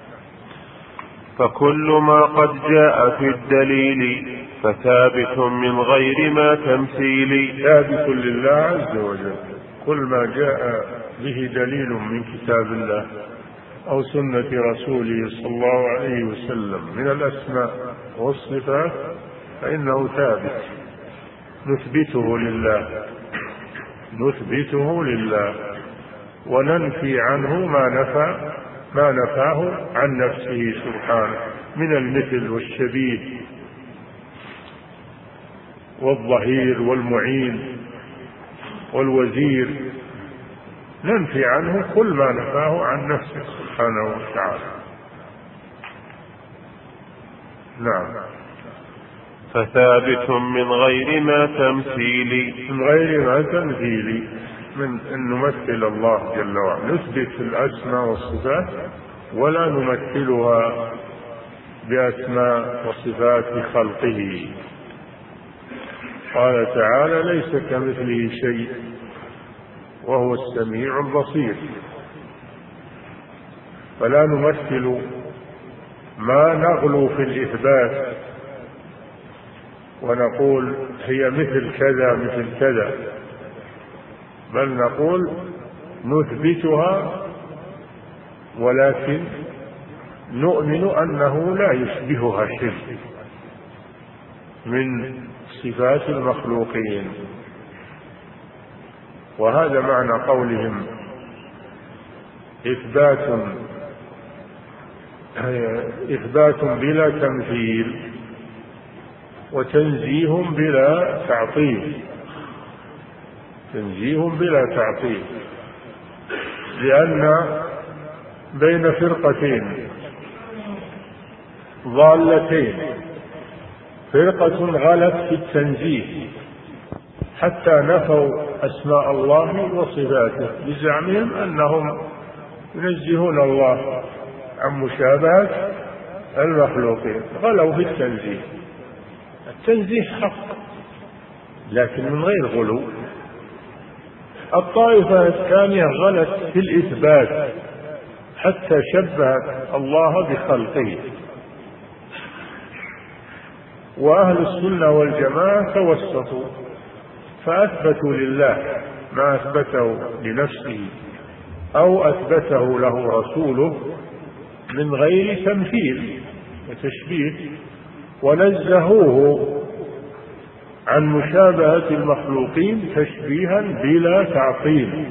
فكل ما قد جاء في الدليل فثابت من غير ما تمثيل. ثابت لله عز وجل، كل ما جاء به دليل من كتاب الله أو سنة رسوله صلى الله عليه وسلم من الأسماء والصفات فإنه ثابت، نثبته لله نثبته لله وننفي عنه ما نفى ما نفاه عن نفسه سبحانه من المثل والشبيه والظهير والمعين والوزير، ننفي عنه كل ما نفاه عن نفسه سبحانه وتعالى. نعم. فثابت من غير ما تمثيل، من غير ما تمثيل، من أن نمثل الله جل وعلا، نثبت الأسماء والصفات ولا نمثلها بأسماء وصفات خلقه. قال تعالى ليس كمثله شيء وهو السميع البصير. فلا نمثل ما نغلو في الإثبات ونقول هي مثل كذا مثل كذا، بل نقول نثبتها ولكن نؤمن أنه لا يشبهها شيء من صفات المخلوقين. وهذا معنى قولهم إثبات إثبات بلا تمثيل وتنزيه بلا تعطيل، تنزيه بلا تعطيل، لأن بين فرقتين ضالتين فرقة غلت في التنزيه حتى نفوا أسماء الله وصفاته بزعمهم أنهم ينزهون الله عن مشابهة المخلوقين، غلوا في التنزيه. التنزيه حق لكن من غير غلو. الطائفة الثانية غلت في الإثبات حتى شبهت الله بخلقه. وأهل السنة والجماعة توسطوا فأثبتوا لله ما أثبته لنفسه أو أثبته له رسوله من غير تمثيل وتشبيه، ونزهوه عن مشابهة المخلوقين تشبيها بلا تعطيل.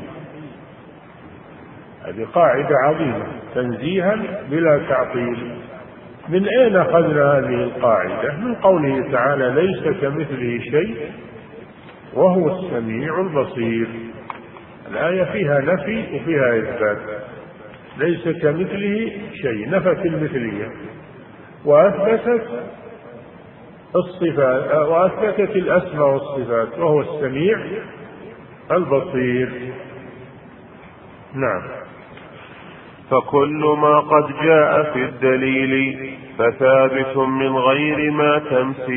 هذه قاعدة عظيمة، تنزيها بلا تعطيل. من أين أخذنا هذه القاعدة؟ من قوله تعالى ليس كمثله شيء وهو السميع البصير. الآية فيها نفي وفيها إثبات. ليس كمثله شيء، نفت المثلية وأثبتت الصفات وأثبتت الأسماء والصفات، وهو السميع البصير. نعم. فكل ما قد جاء في الدليل فثابت من غير ما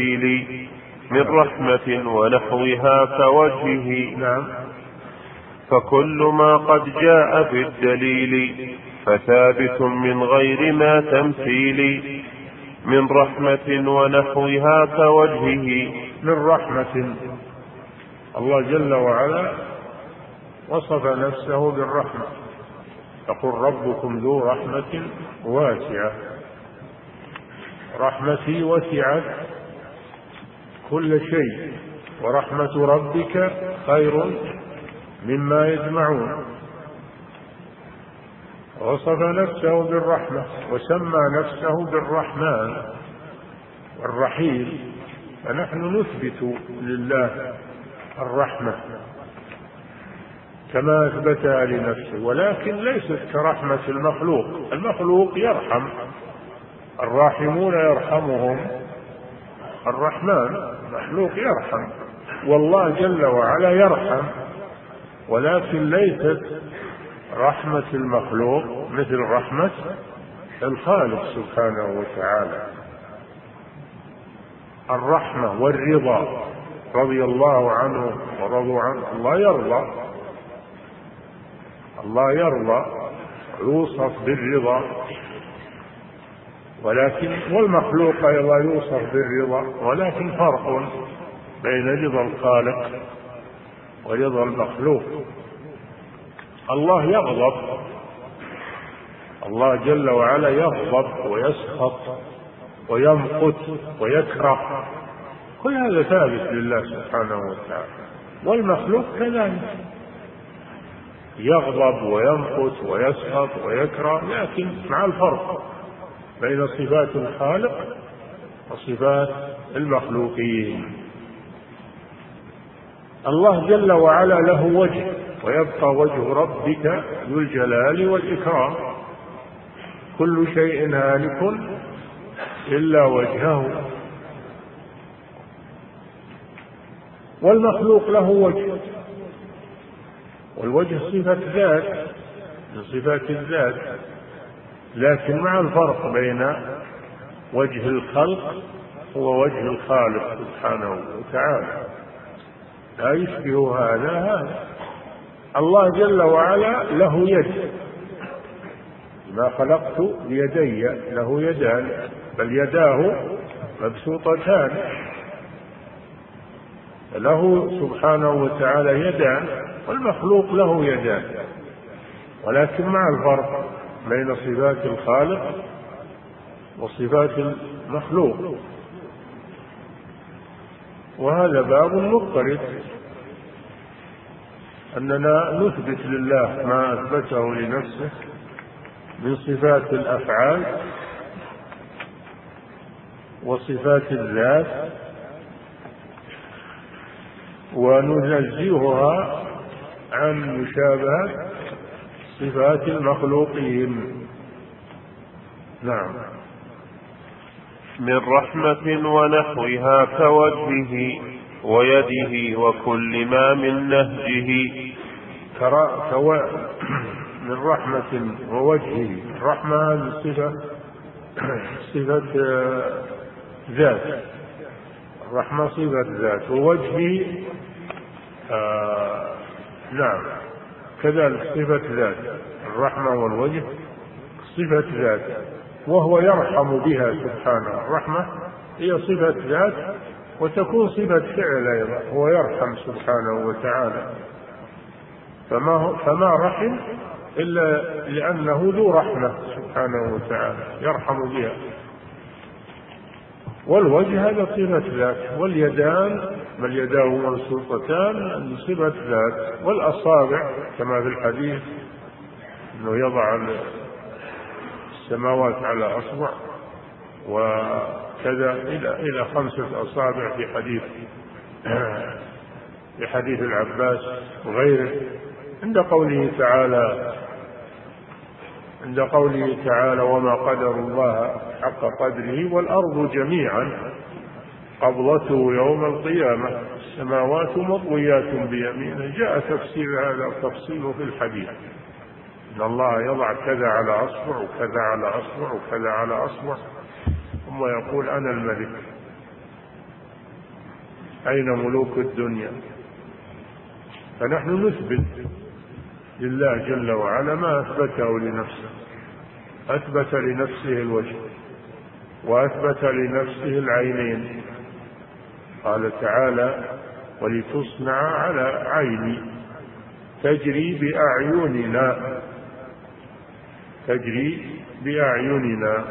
تمثيل من رحمة ونحوها كوجهه. نعم. فكل ما قد جاء في الدليل فثابت من غير ما تمثيل، من رحمة ونحوها كوجهه. من رحمة، الله جل وعلا وصف نفسه بالرحمة، يقول ربكم ذو رحمة واسعة. رحمتي وسعت كل شيء، ورحمة ربك خير مما يجمعون. وصف نفسه بالرحمة وسمى نفسه بالرحمن الرحيم، فنحن نثبت لله الرحمة كما أثبتها لنفسه، ولكن ليست كرحمة المخلوق. المخلوق يرحم، الراحمون يرحمهم الرحمن، المخلوق يرحم، والله جل وعلا يرحم، ولكن ليست رحمة المخلوق مثل رحمة الخالق سبحانه وتعالى. الرحمة والرضا، رضي الله عنه ورضوا عنه. الله يرضى، الله يرضى يوصف بالرضا، ولكن والمخلوق أيضا يوصف بالرضا، ولكن فرق بين رضا الخالق ورضا المخلوق. الله يغضب، الله جل وعلا يغضب ويسخط ويمقت ويكره، كل هذا ثابت لله سبحانه وتعالى. والمخلوق كذلك يغضب ويمقت ويسخط ويكره، لكن مع الفرق بين صفات الخالق وصفات المخلوقين. الله جل وعلا له وجه، ويبقى وجه ربك ذو الجلال والإكرام. كل شيء هالك إلا وجهه. والمخلوق له وجه، والوجه صفة ذات من صفات الذات، لكن مع الفرق بين وجه الخلق ووجه الخالق سبحانه وتعالى، لا يشبه هذا هذا. الله جل وعلا له يد، ما خلقت بيدي، له يدان، بل يداه مبسوطتان، له سبحانه وتعالى يدان، والمخلوق له يدان، ولكن مع الفرق بين صفات الخالق وصفات المخلوق. وهذا باب مضطرد، أننا نثبت لله ما أثبته لنفسه من صفات الأفعال وصفات الذات، وننزهها عن مشابهة صفات المخلوقين. نعم. من رحمة ونحوها كوجهه ويده وكل ما من نهجه. كو... من رحمة ووجهه. الرحمة هذه صفة صفة ذات، الرحمة صفة ذات، ووجهه آه نعم كذلك صفة ذات. الرحمة والوجه صفة ذات، وهو يرحم بها سبحانه. الرحمة هي صفة ذات وتكون صفة فعل أيضا، هو يرحم سبحانه وتعالى، فما, هو فما رحم إلا لأنه ذو رحمة سبحانه وتعالى يرحم بها. والوجه هذا صفة ذات، واليدان بل يداه مبسوطتان صفة ذات، والأصابع كما في الحديث أنه يضع السماوات على أصبع، وكذا إلى إلى خمسة أصابع في حديث في حديث العباس وغيره. عند قوله تعالى عند قوله تعالى وما قدر الله حق قدره والأرض جميعا قبضته يوم القيامة السماوات مطويات بيمينه. جاء تفسير هذا تفصيله في الحديث، إن الله يضع كذا على أصبع وكذا على أصبع وكذا على أصبع، ثم يقول أنا الملك، أين ملوك الدنيا؟ فنحن نثبت لله جل وعلا ما أثبته لنفسه، أثبت لنفسه الوجه وأثبت لنفسه العينين. قال تعالى: ولتصنع على عيني تجري بأعيننا، تجري بأعيننا.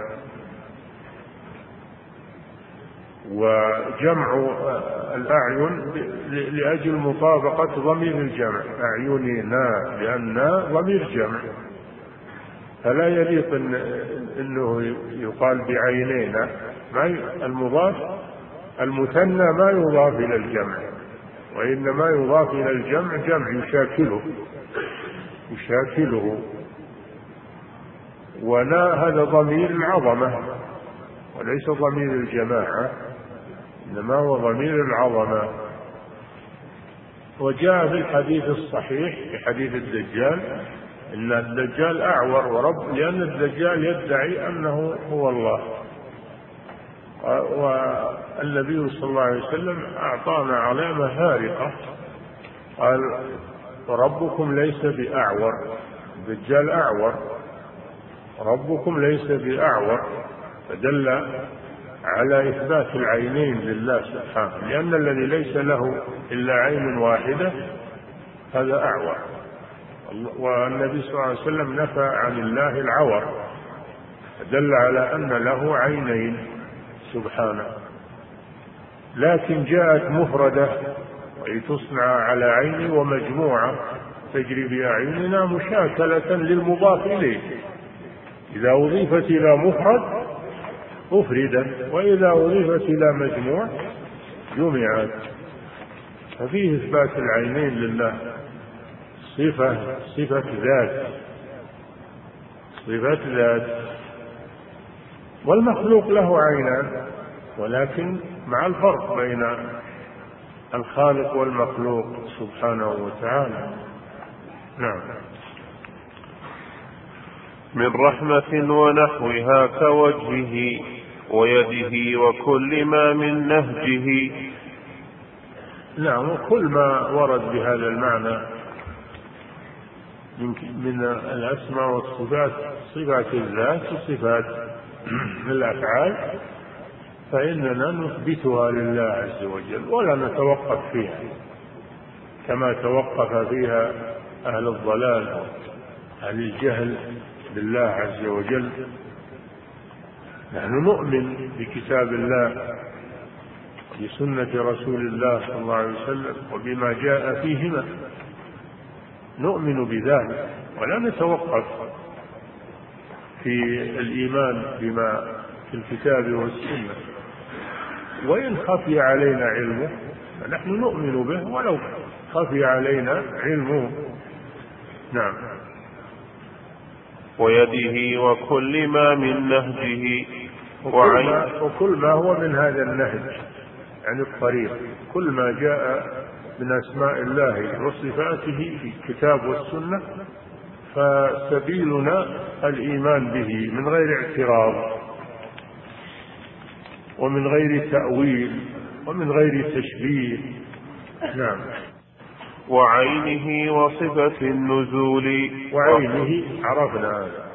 وجمع الأعين لأجل مطابقة ضمير الجمع، أعيننا، لأن ضمير جمع، فلا يليق إن أنه يقال بعينينا. المضاف المثنى ما يضاف إلى الجمع، وإنما يضاف إلى الجمع جمع يشاكله يشاكله ولا هذا ضمير العظمة وليس ضمير الجماعة، إنما هو ضمير العظمة. وجاء في الحديث الصحيح في حديث الدجال إن الدجال أعور ورب، لأن الدجال يدعي أنه هو الله، والنبي صلى الله عليه وسلم أعطانا علامة فارقة، قال: ربكم ليس بأعور. الدجال أعور، ربكم ليس بأعور، فدل على إثبات العينين لله سبحانه، لأن الذي ليس له إلا عين واحدة هذا أعور، والنبي صلى الله عليه وسلم نفى عن الله العور، فدل على أن له عينين سبحانه. لكن جاءت مفردة ولتصنع على عيني، ومجموعة تجري بأعيننا، مشاكلة للمضاف إليه. إذا أضيفت إلى مفرد أفردت، وإذا أضيفت إلى مجموع جمعت. ففيه إثبات العينين لله، صفة صفة ذات صفة ذات والمخلوق له عينان، ولكن مع الفرق بين الخالق والمخلوق سبحانه وتعالى. نعم. من رحمة ونحوها كوجهه ويده وكل ما من نهجه. نعم، وكل ما ورد بهذا المعنى من الأسماء والصفات، صفات الذات وصفات الأفعال، فإننا نثبتها لله عز وجل ولا نتوقف فيها كما توقف فيها أهل الضلال أهل الجهل بالله عز وجل. نحن نؤمن بكتاب الله بسنة رسول الله صلى الله عليه وسلم وبما جاء فيهما، نؤمن بذلك ولا نتوقف في الإيمان بما في الكتاب والسنة. وإن خفي علينا علمه فنحن نؤمن به ولو خفي علينا علمه. نعم. ويده وكل ما من نهجه، وكل ما, وكل ما هو من هذا النهج، يعني الطريق، كل ما جاء من أسماء الله وصفاته في الكتاب والسنة فسبيلنا الإيمان به من غير اعتراض ومن غير تأويل ومن غير تشبيه. نعم. وعينه وصفة النزول. وعينه عرفنا هذا،